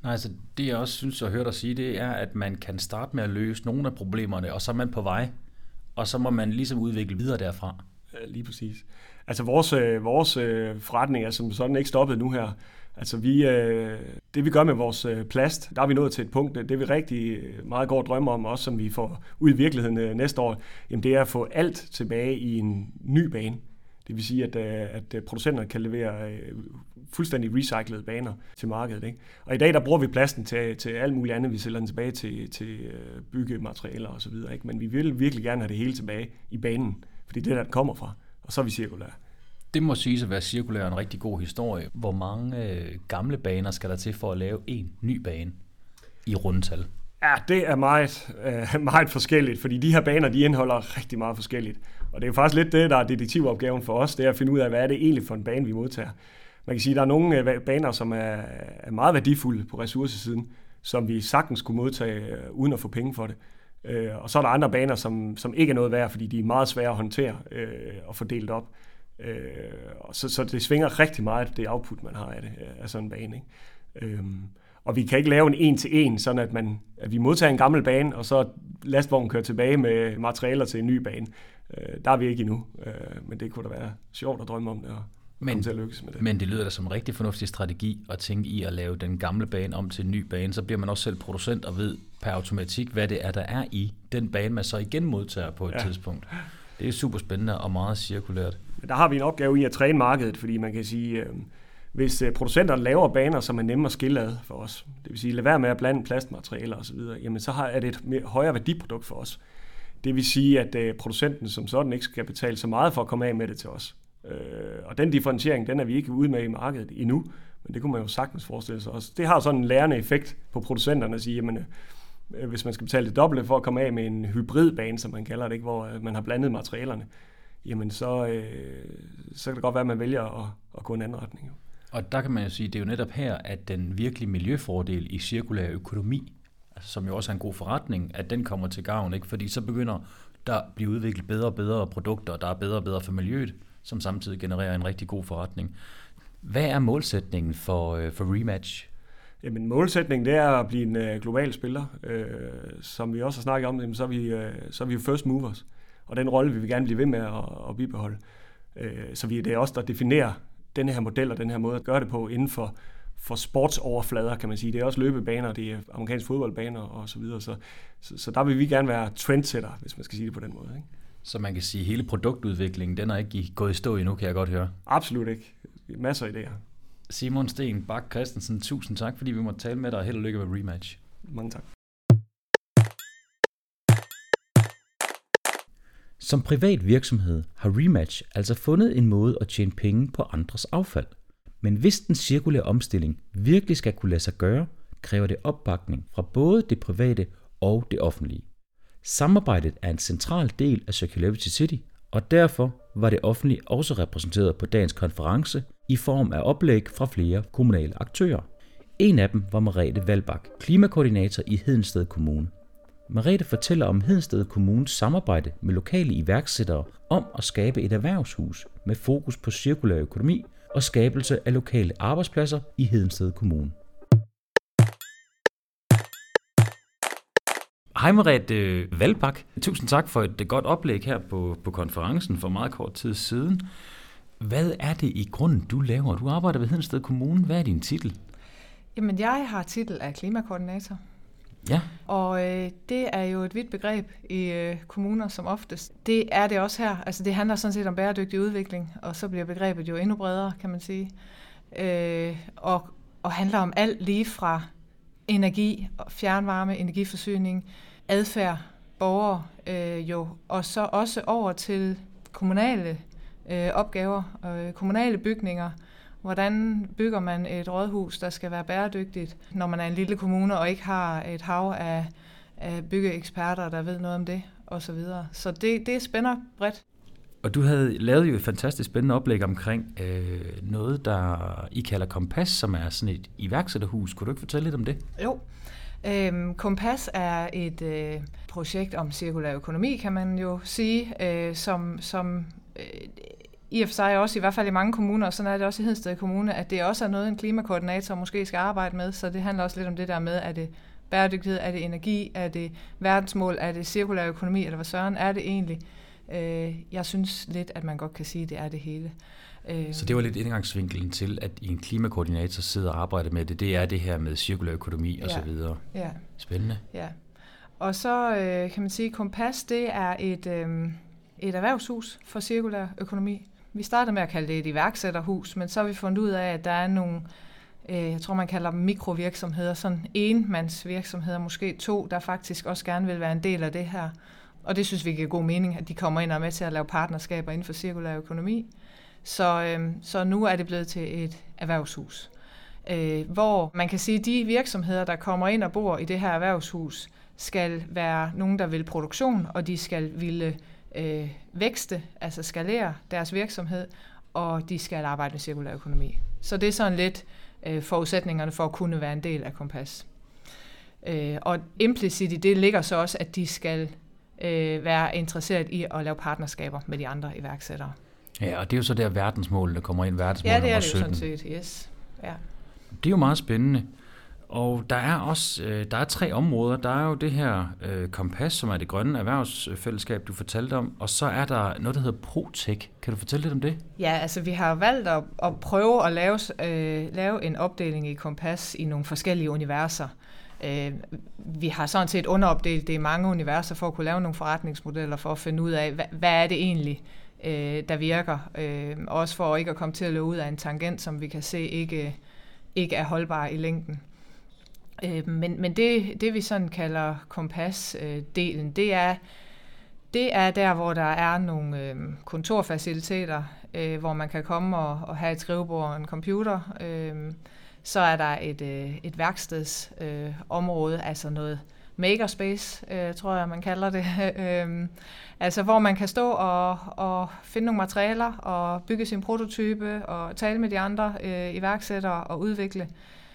Nej, altså det jeg også synes at høre dig sige, det er, at man kan starte med at løse nogle af problemerne, og så er man på vej, og så må man ligesom udvikle videre derfra. Lige præcis. Altså vores forretning er som sådan ikke stoppet nu her. Altså det vi gør med vores plast, der er vi nået til et punkt, det vi rigtig meget går og drømmer om, også som vi får ud i virkeligheden næste år, jamen det er at få alt tilbage i en ny bane. Det vil sige, at producenterne kan levere fuldstændig recyclede baner til markedet. Ikke? Og i dag der bruger vi plasten til alt muligt andet. Vi sælger den tilbage til byggematerialer osv. Men vi vil virkelig gerne have det hele tilbage i banen, fordi det er der, den kommer fra. Og så er vi cirkulære. Det må siges at være cirkulær en rigtig god historie. Hvor mange gamle baner skal der til for at lave en ny bane i rundetal? Ja, det er meget forskelligt, fordi de her baner, de indeholder rigtig meget forskelligt. Og det er jo faktisk lidt det, der er detektivopgaven for os, det er at finde ud af, hvad er det egentlig for en bane, vi modtager. Man kan sige, at der er nogle baner, som er meget værdifulde på ressourcesiden, som vi sagtens kunne modtage uden at få penge for det. Og så er der andre baner, som ikke er noget værd, fordi de er meget svære at håndtere og få delt op. Så det svinger rigtig meget, det output, man har af sådan en bane. Ikke? Og vi kan ikke lave en en-til-en, sådan at vi modtager en gammel bane, og så lastvognen kører tilbage med materialer til en ny bane. Der er vi ikke endnu, men det kunne da være sjovt at drømme om det, og komme til at lykkes med det. Men det lyder da som en rigtig fornuftig strategi at tænke i at lave den gamle bane om til en ny bane. Så bliver man også selv producent og ved per automatik, hvad det er, der er i den bane, man så igen modtager på et tidspunkt. Det er super spændende og meget cirkulært. Men der har vi en opgave i at træne markedet, fordi man kan sige, hvis producenterne laver baner, som er nemme at skille ad for os, det vil sige, lad være med at blande plastmaterialer osv., jamen så er det et højere værdiprodukt for os. Det vil sige, at producenten som sådan ikke skal betale så meget for at komme af med det til os. Og den differentiering, den er vi ikke ude med i markedet endnu, men det kunne man jo sagtens forestille sig også. Det har sådan en lærende effekt på producenterne at sige, jamen, hvis man skal betale det dobbelte for at komme af med en hybridbane, som man kalder det, ikke, hvor man har blandet materialerne, jamen så kan det godt være, at man vælger at gå en anden retning. Og der kan man jo sige, at det er jo netop her, at den virkelige miljøfordel i cirkulær økonomi, altså, som jo også er en god forretning, at den kommer til gavn, ikke? Fordi så begynder der at blive udviklet bedre og bedre produkter, og der er bedre og bedre for miljøet, som samtidig genererer en rigtig god forretning. Hvad er målsætningen for Rematch? Jamen, målsætningen det er at blive en global spiller. Som vi også har snakket om, så er vi jo first movers, og den rolle vil vi gerne blive ved med at bibeholde. Så det er os, der definerer den her model og den her måde at gøre det på inden for sportsoverflader, kan man sige. Det er også løbebaner, det er amerikanske fodboldbaner og så videre. Så der vil vi gerne være trendsetter, hvis man skal sige det på den måde. Ikke? Så man kan sige, at hele produktudviklingen, den er ikke gået i stå endnu, kan jeg godt høre. Absolut ikke. Masser af idéer. Simon Sten Bak Christensen, tusind tak, fordi vi måtte tale med dig, og held og lykke med Rematch. Mange tak. Som privat virksomhed har Rematch altså fundet en måde at tjene penge på andres affald. Men hvis den cirkulære omstilling virkelig skal kunne lade sig gøre, kræver det opbakning fra både det private og det offentlige. Samarbejdet er en central del af Circularity City, og derfor var det offentlige også repræsenteret på dagens konference i form af oplæg fra flere kommunale aktører. En af dem var Merete Valbak, klimakoordinator i Hedensted Kommune. Merete fortæller om Hedensted Kommunes samarbejde med lokale iværksættere om at skabe et erhvervshus med fokus på cirkulær økonomi og skabelse af lokale arbejdspladser i Hedensted Kommune. Hej Merete Valbak. Tusind tak for et godt oplæg her på konferencen for meget kort tid siden. Hvad er det i grunden, du laver? Du arbejder ved Hedensted Kommune. Hvad er din titel? Jamen, jeg har titel af klimakoordinator. Ja. Og det er jo et vidt begreb i kommuner som oftest. Det er det også her. Altså det handler sådan set om bæredygtig udvikling, og så bliver begrebet jo endnu bredere, kan man sige. Og handler om alt lige fra energi, fjernvarme, energiforsyning, adfærd, borgere og så også over til kommunale opgaver, kommunale bygninger. Hvordan bygger man et rådhus, der skal være bæredygtigt, når man er en lille kommune og ikke har et hav af byggeeksperter, der ved noget om det, osv. Så det spænder bredt. Og du havde lavet jo et fantastisk spændende oplæg omkring noget, der I kalder Kompas, som er sådan et iværksætterhus. Kunne du ikke fortælle lidt om det? Jo. Kompas er et projekt om cirkulær økonomi, kan man jo sige, som i og for sig også, i hvert fald i mange kommuner, og sådan er det også i Hedensted Kommune, at det også er noget, en klimakoordinator måske skal arbejde med, så det handler også lidt om det der med, er det bæredygtighed, er det energi, er det verdensmål, er det cirkulær økonomi, eller hvad søren er det egentlig? Jeg synes lidt, at man godt kan sige, at det er det hele. Så det var lidt indgangsvinkelen til, at en klimakoordinator sidder og arbejder med det. Det er det her med cirkulær økonomi og så videre. Ja. Spændende. Ja. Og så kan man sige, at Kompas, det er et erhvervshus for cirkulær økonomi. Vi startede med at kalde det et iværksætterhus, men så har vi fundet ud af, at der er nogle, jeg tror man kalder dem mikrovirksomheder, sådan enmandsvirksomheder, måske 2, der faktisk også gerne vil være en del af det her. Og det synes vi giver god mening, at de kommer ind og er med til at lave partnerskaber inden for cirkulær økonomi. Så nu er det blevet til et erhvervshus, hvor man kan sige, at de virksomheder, der kommer ind og bor i det her erhvervshus, skal være nogen, der vil produktion, og de skal ville vækste, altså skalere deres virksomhed, og de skal arbejde med cirkulær økonomi. Så det er sådan lidt forudsætningerne for at kunne være en del af Kompas. Og implicit i det ligger så også, at de skal være interesseret i at lave partnerskaber med de andre iværksættere. Ja, og det er jo så der verdensmål, der kommer ind, verdensmål nummer 17. Ja, det er det jo sådan set, yes. Ja. Det er jo meget spændende. Og der er også der er 3 områder. Der er jo det her Kompas, som er det grønne erhvervsfællesskab, du fortalte om, og så er der noget, der hedder ProTech. Kan du fortælle lidt om det? Ja, altså vi har valgt at prøve at lave en opdeling i Kompas i nogle forskellige universer. Vi har sådan set underopdelt det i mange universer for at kunne lave nogle forretningsmodeller, for at finde ud af, hvad er det egentlig, der virker. Også for ikke at komme til at løbe ud af en tangent, som vi kan se ikke er holdbar i længden. Men det vi sådan kalder Kompas-delen, det er der, hvor der er nogle kontorfaciliteter, hvor man kan komme og have et skrivebord og en computer. Så er der et værkstedsområde, altså noget makerspace, tror jeg, man kalder det. Altså hvor man kan stå og finde nogle materialer og bygge sin prototype og tale med de andre iværksættere og udvikle.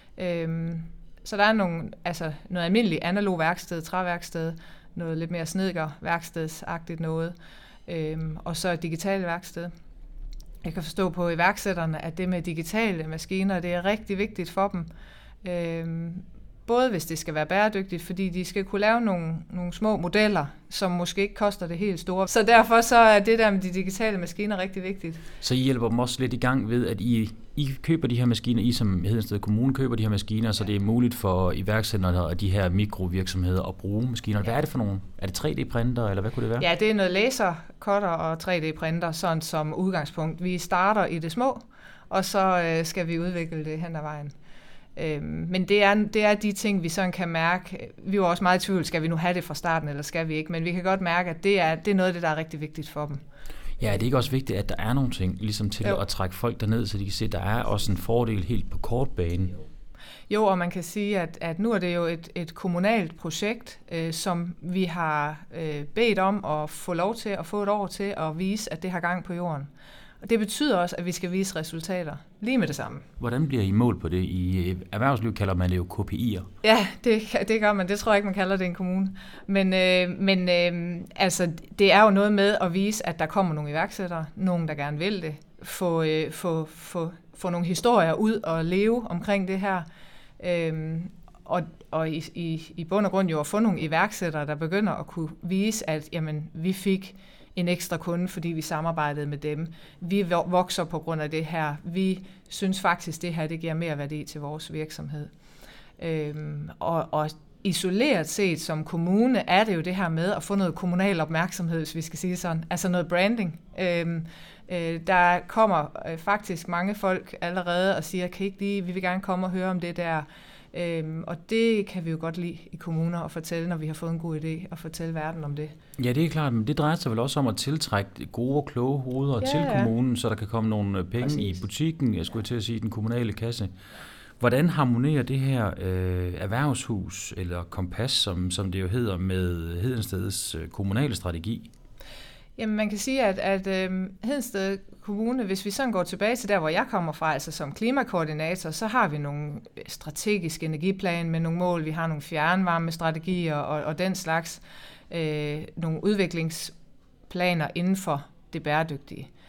Så der er noget almindeligt analog værksted, træværksted, noget lidt mere snedkerværkstedsagtigt noget, og så et digitalt værksted. Jeg kan forstå på iværksætterne, at det med digitale maskiner, det er rigtig vigtigt for dem. Både hvis det skal være bæredygtigt, fordi de skal kunne lave nogle små modeller, som måske ikke koster det helt store. Så derfor så er det der med de digitale maskiner rigtig vigtigt. Så I hjælper dem også lidt i gang ved, at I køber de her maskiner, I som Hedensted Kommune køber de her maskiner, så det er muligt for iværksætterne og de her mikrovirksomheder at bruge maskiner. Hvad er det for nogle? Er det 3D-printer, eller hvad kunne det være? Ja, det er noget lasercutter og 3D-printer, sådan som udgangspunkt. Vi starter i det små, og så skal vi udvikle det hen ad vejen. Men det er de ting, vi sådan kan mærke. Vi var også meget i tvivl, skal vi nu have det fra starten, eller skal vi ikke? Men vi kan godt mærke, at det er noget af det, der er rigtig vigtigt for dem. Ja, er det ikke også vigtigt, at der er nogle ting, ligesom til at trække folk derned, så de kan se, at der er også en fordel helt på kort bane? Jo, og man kan sige, at nu er det jo et kommunalt projekt, som vi har bedt om at få lov til at få et år til at vise, at det har gang på jorden. Og det betyder også, at vi skal vise resultater lige med det samme. Hvordan bliver I mål på det? I erhvervsliv kalder man det jo KPI'er. Ja, det gør man. Det tror jeg ikke, man kalder det i en kommune. Men altså, det er jo noget med at vise, at der kommer nogle iværksættere, nogen, der gerne vil det, få nogle historier ud og leve omkring det her. Og i bund og grund jo at få nogle iværksættere, der begynder at kunne vise, at jamen, vi fik en ekstra kunde, fordi vi samarbejdede med dem. Vi vokser på grund af det her. Vi synes faktisk, det her det giver mere værdi til vores virksomhed. Og isoleret set som kommune er det jo det her med at få noget kommunal opmærksomhed, hvis vi skal sige sådan. Altså noget branding. Der kommer faktisk mange folk allerede og siger, kan ikke lige, vi vil gerne komme og høre om det der. Og det kan vi jo godt lide i kommuner at fortælle, når vi har fået en god idé, og fortælle verden om det. Ja, det er klart, men det drejer sig vel også om at tiltrække gode og kloge hoveder til kommunen, så der kan komme nogle penge i butikken, jeg skulle til at sige den kommunale kasse. Hvordan harmonerer det her erhvervshus, eller Kompas, som det jo hedder, med Hedensteds kommunale strategi? Jamen man kan sige, at Hedensted Kommune, hvis vi sådan går tilbage til der, hvor jeg kommer fra, altså som klimakoordinator, så har vi nogle strategiske energiplan med nogle mål, vi har nogle fjernvarmestrategier og den slags, nogle udviklingsplaner inden for det bæredygtige.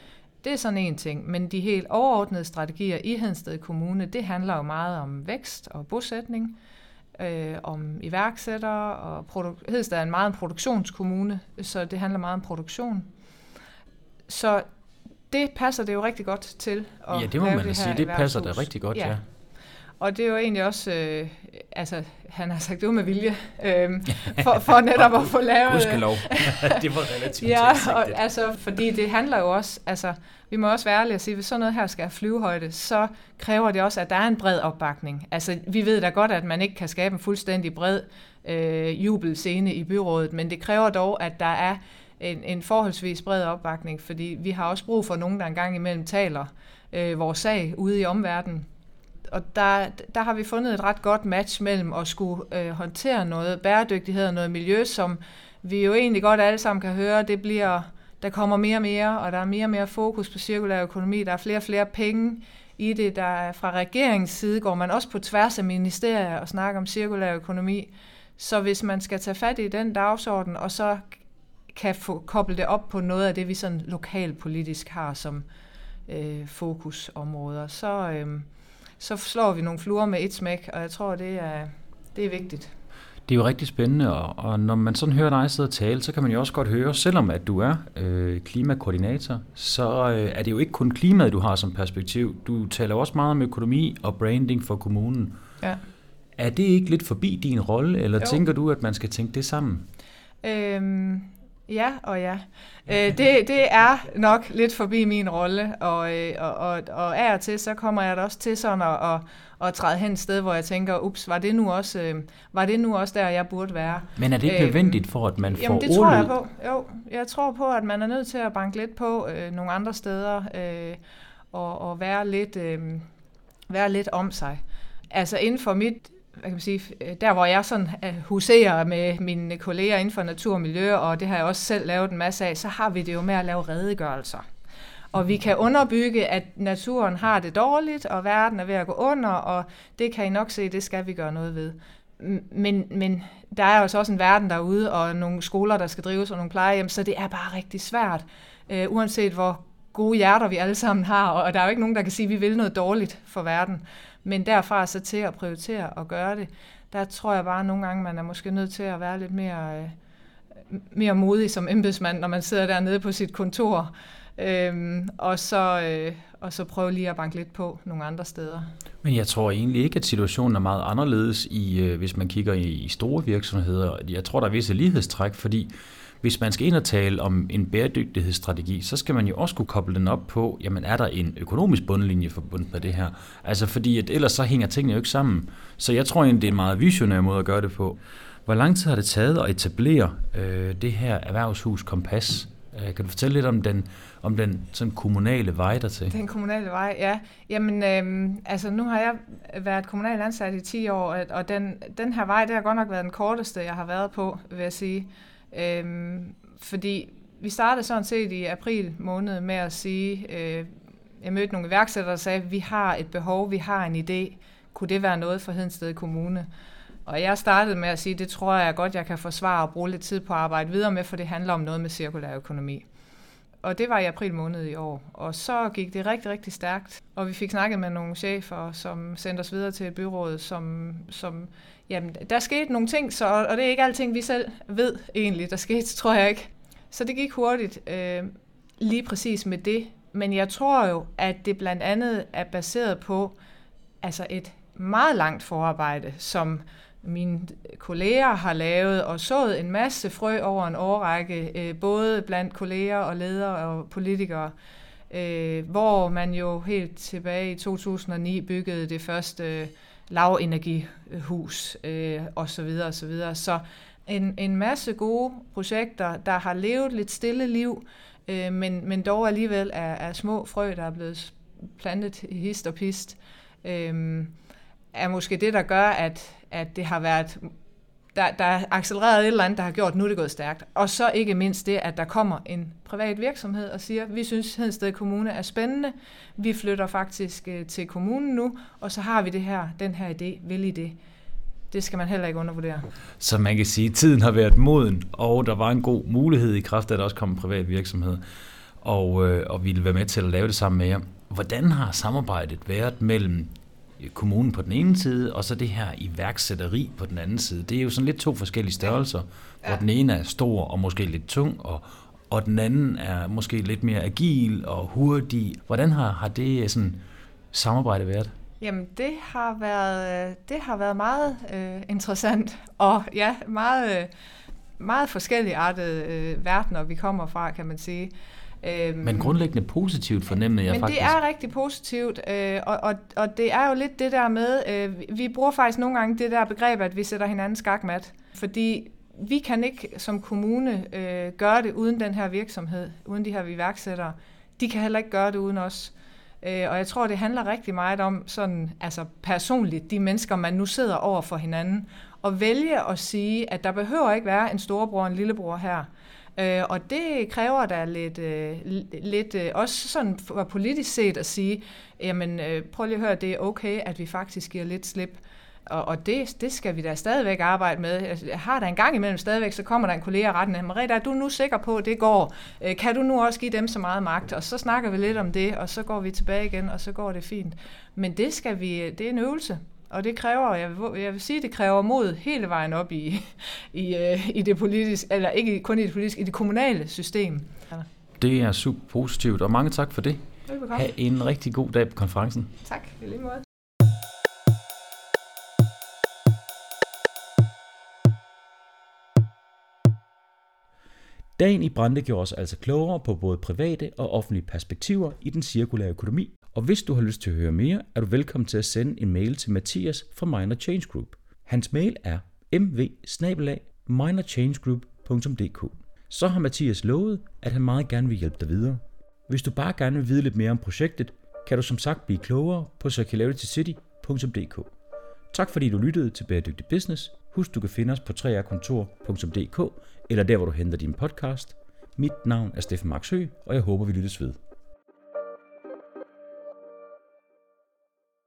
Det er sådan en ting, men de helt overordnede strategier i Hedensted Kommune, det handler jo meget om vækst og bosætning, om iværksættere, og Hedensted er meget en produktionskommune, så det handler meget om produktion. Så det passer det jo rigtig godt til at ja, det må man sige, det passer da rigtig godt, ja. Og det er jo egentlig også, han har sagt det med vilje, for netop at få lavet... Gudskelov, det var relativt og, fordi det handler jo også, vi må også være ærlige og sige, hvis sådan noget her skal have flyvehøjde, så kræver det også, at der er en bred opbakning. Altså, vi ved da godt, at man ikke kan skabe en fuldstændig bred jubelscene i byrådet, men det kræver dog, at der er en forholdsvis bred opbakning, fordi vi har også brug for nogen, der engang imellem taler vores sag ude i omverdenen. Og der har vi fundet et ret godt match mellem at skulle håndtere noget bæredygtighed og noget miljø, som vi jo egentlig godt alle sammen kan høre, der kommer mere og mere, og der er mere og mere fokus på cirkulær økonomi, der er flere og flere penge i det, der er fra regeringens side, går man også på tværs af ministerier og snakker om cirkulær økonomi. Så hvis man skal tage fat i den dagsorden, og så kan få koblet det op på noget af det, vi sådan lokalpolitisk har som fokusområder, så slår vi nogle fluer med et smæk, og jeg tror, det er vigtigt. Det er jo rigtig spændende, og når man sådan hører dig sidde og tale, så kan man jo også godt høre, selvom at du er klimakoordinator, så er det jo ikke kun klimaet, du har som perspektiv. Du taler også meget om økonomi og branding for kommunen. Ja. Er det ikke lidt forbi din rolle, eller tænker du, at man skal tænke det sammen? Ja og ja. Det er nok lidt forbi min rolle, og af og til, så kommer jeg da også til sådan at træde hen et sted, hvor jeg tænker, ups, var det nu også der, jeg burde være? Men er det ikke nødvendigt for, at man får ordlyd? Det tror jeg på. Jo, jeg tror på, at man er nødt til at banke lidt på nogle andre steder, og være lidt om sig. Altså inden for mit, hvad kan man sige, der hvor jeg sådan huserer med mine kolleger inden for natur og miljø, og det har jeg også selv lavet en masse af, så har vi det jo med at lave redegørelser. Og vi kan underbygge, at naturen har det dårligt, og verden er ved at gå under, og det kan I nok se, det skal vi gøre noget ved. Men der er jo også en verden derude, og nogle skoler, der skal drives, og nogle plejehjem, så det er bare rigtig svært, uanset hvor gode hjerter vi alle sammen har, og der er jo ikke nogen, der kan sige, at vi vil noget dårligt for verden. Men derfra så til at prioritere og gøre det, der tror jeg bare at nogle gange, man er måske nødt til at være lidt mere modig som embedsmand, når man sidder dernede på sit kontor, og så prøve lige at banke lidt på nogle andre steder. Men jeg tror egentlig ikke, at situationen er meget anderledes, hvis man kigger i store virksomheder. Jeg tror, der er visse lighedstræk, fordi hvis man skal ind og tale om en bæredygtighedsstrategi, så skal man jo også kunne koble den op på, jamen er der en økonomisk bundlinje forbundet med det her? Altså fordi, at ellers så hænger tingene jo ikke sammen. Så jeg tror egentlig, det er en meget visionær måde at gøre det på. Hvor lang tid har det taget at etablere det her erhvervshus Kompas? Kan du fortælle lidt om den sådan kommunale vej dertil? Den kommunale vej, ja. Jamen, nu har jeg været kommunal ansat i 10 år, og den her vej, det har godt nok været den korteste, jeg har været på, vil jeg sige. Fordi vi startede sådan set i april måned med at sige, jeg mødte nogle iværksættere, der sagde, vi har et behov, vi har en idé. Kunne det være noget for Hedensted Kommune? Og jeg startede med at sige, det tror jeg godt, jeg kan forsvare og bruge lidt tid på at arbejde videre med, for det handler om noget med cirkulær økonomi. Og det var i april måned i år. Og så gik det rigtig, rigtig stærkt. Og vi fik snakket med nogle chefer, som sendte os videre til et byråd, som jamen, der skete nogle ting, og det er ikke alting, vi selv ved egentlig, der skete, tror jeg ikke. Så det gik hurtigt lige præcis med det. Men jeg tror jo, at det blandt andet er baseret på altså et meget langt forarbejde, som mine kolleger har lavet og sået en masse frø over en årrække, både blandt kolleger og ledere og politikere, hvor man jo helt tilbage i 2009 byggede det første lavenergihus osv. osv. Så en masse gode projekter, der har levet lidt stille liv, men dog alligevel er små frø, der er blevet plantet i hist og pist, er måske det, der gør, at det har været, der er accelereret et eller andet, der har gjort, nu er det gået stærkt. Og så ikke mindst det, at der kommer en privat virksomhed og siger, vi synes, Hedensted Kommune er spændende, vi flytter faktisk til kommunen nu, og så har vi den her idé, vil I det? Det skal man heller ikke undervurdere. Så man kan sige, at tiden har været moden, og der var en god mulighed i kraft af, at der også kom en privat virksomhed. og ville være med til at lave det sammen med jer. Hvordan har samarbejdet været mellem kommunen på den ene side, og så det her iværksætteri på den anden side? Det er jo sådan lidt to forskellige størrelser, hvor den ene er stor og måske lidt tung, og den anden er måske lidt mere agil og hurtig. Hvordan har det sådan samarbejde været? Jamen, det har været meget interessant, og ja, meget forskelligartede verdener, vi kommer fra, kan man sige. Men grundlæggende positivt fornemmede jeg faktisk. Men det er rigtig positivt, og det er jo lidt det der med, vi bruger faktisk nogle gange det der begreb, at vi sætter hinanden skakmat, fordi vi kan ikke som kommune gøre det uden den her virksomhed, uden de her iværksættere. De kan heller ikke gøre det uden os. Og jeg tror, det handler rigtig meget om sådan, altså personligt, de mennesker, man nu sidder over for hinanden, og vælge at sige, at der behøver ikke være en storebror og en lillebror her. Og det kræver da lidt også sådan for politisk set at sige, jamen prøv lige at høre, det er okay, at vi faktisk giver lidt slip. Og det skal vi da stadigvæk arbejde med. Jeg har da en gang imellem stadigvæk, så kommer der en kollega og retten af, Merete, er du nu sikker på, at det går? Kan du nu også give dem så meget magt? Og så snakker vi lidt om det, og så går vi tilbage igen, og så går det fint. Men det er en øvelse. Og det kræver, jeg vil sige, det kræver mod hele vejen op i det politiske, eller ikke kun i det politiske, i det kommunale system. Det er super positivt, og mange tak for det. Velbekomme. Ha' en rigtig god dag på konferencen. Tak, i lige måde. Dagen i Brande gjorde os altså klogere på både private og offentlige perspektiver i den cirkulære økonomi. Og hvis du har lyst til at høre mere, er du velkommen til at sende en mail til Mathias fra Minor Change Group. Hans mail er mv@minorchangegroup.dk. Så har Mathias lovet, at han meget gerne vil hjælpe dig videre. Hvis du bare gerne vil vide lidt mere om projektet, kan du som sagt blive klogere på circularitycity.dk. Tak fordi du lyttede til Bæredygtig Business. Husk, du kan finde os på 3rkontor.dk eller der, hvor du henter din podcast. Mit navn er Steffen Marksø, og jeg håber, vi lyttes ved.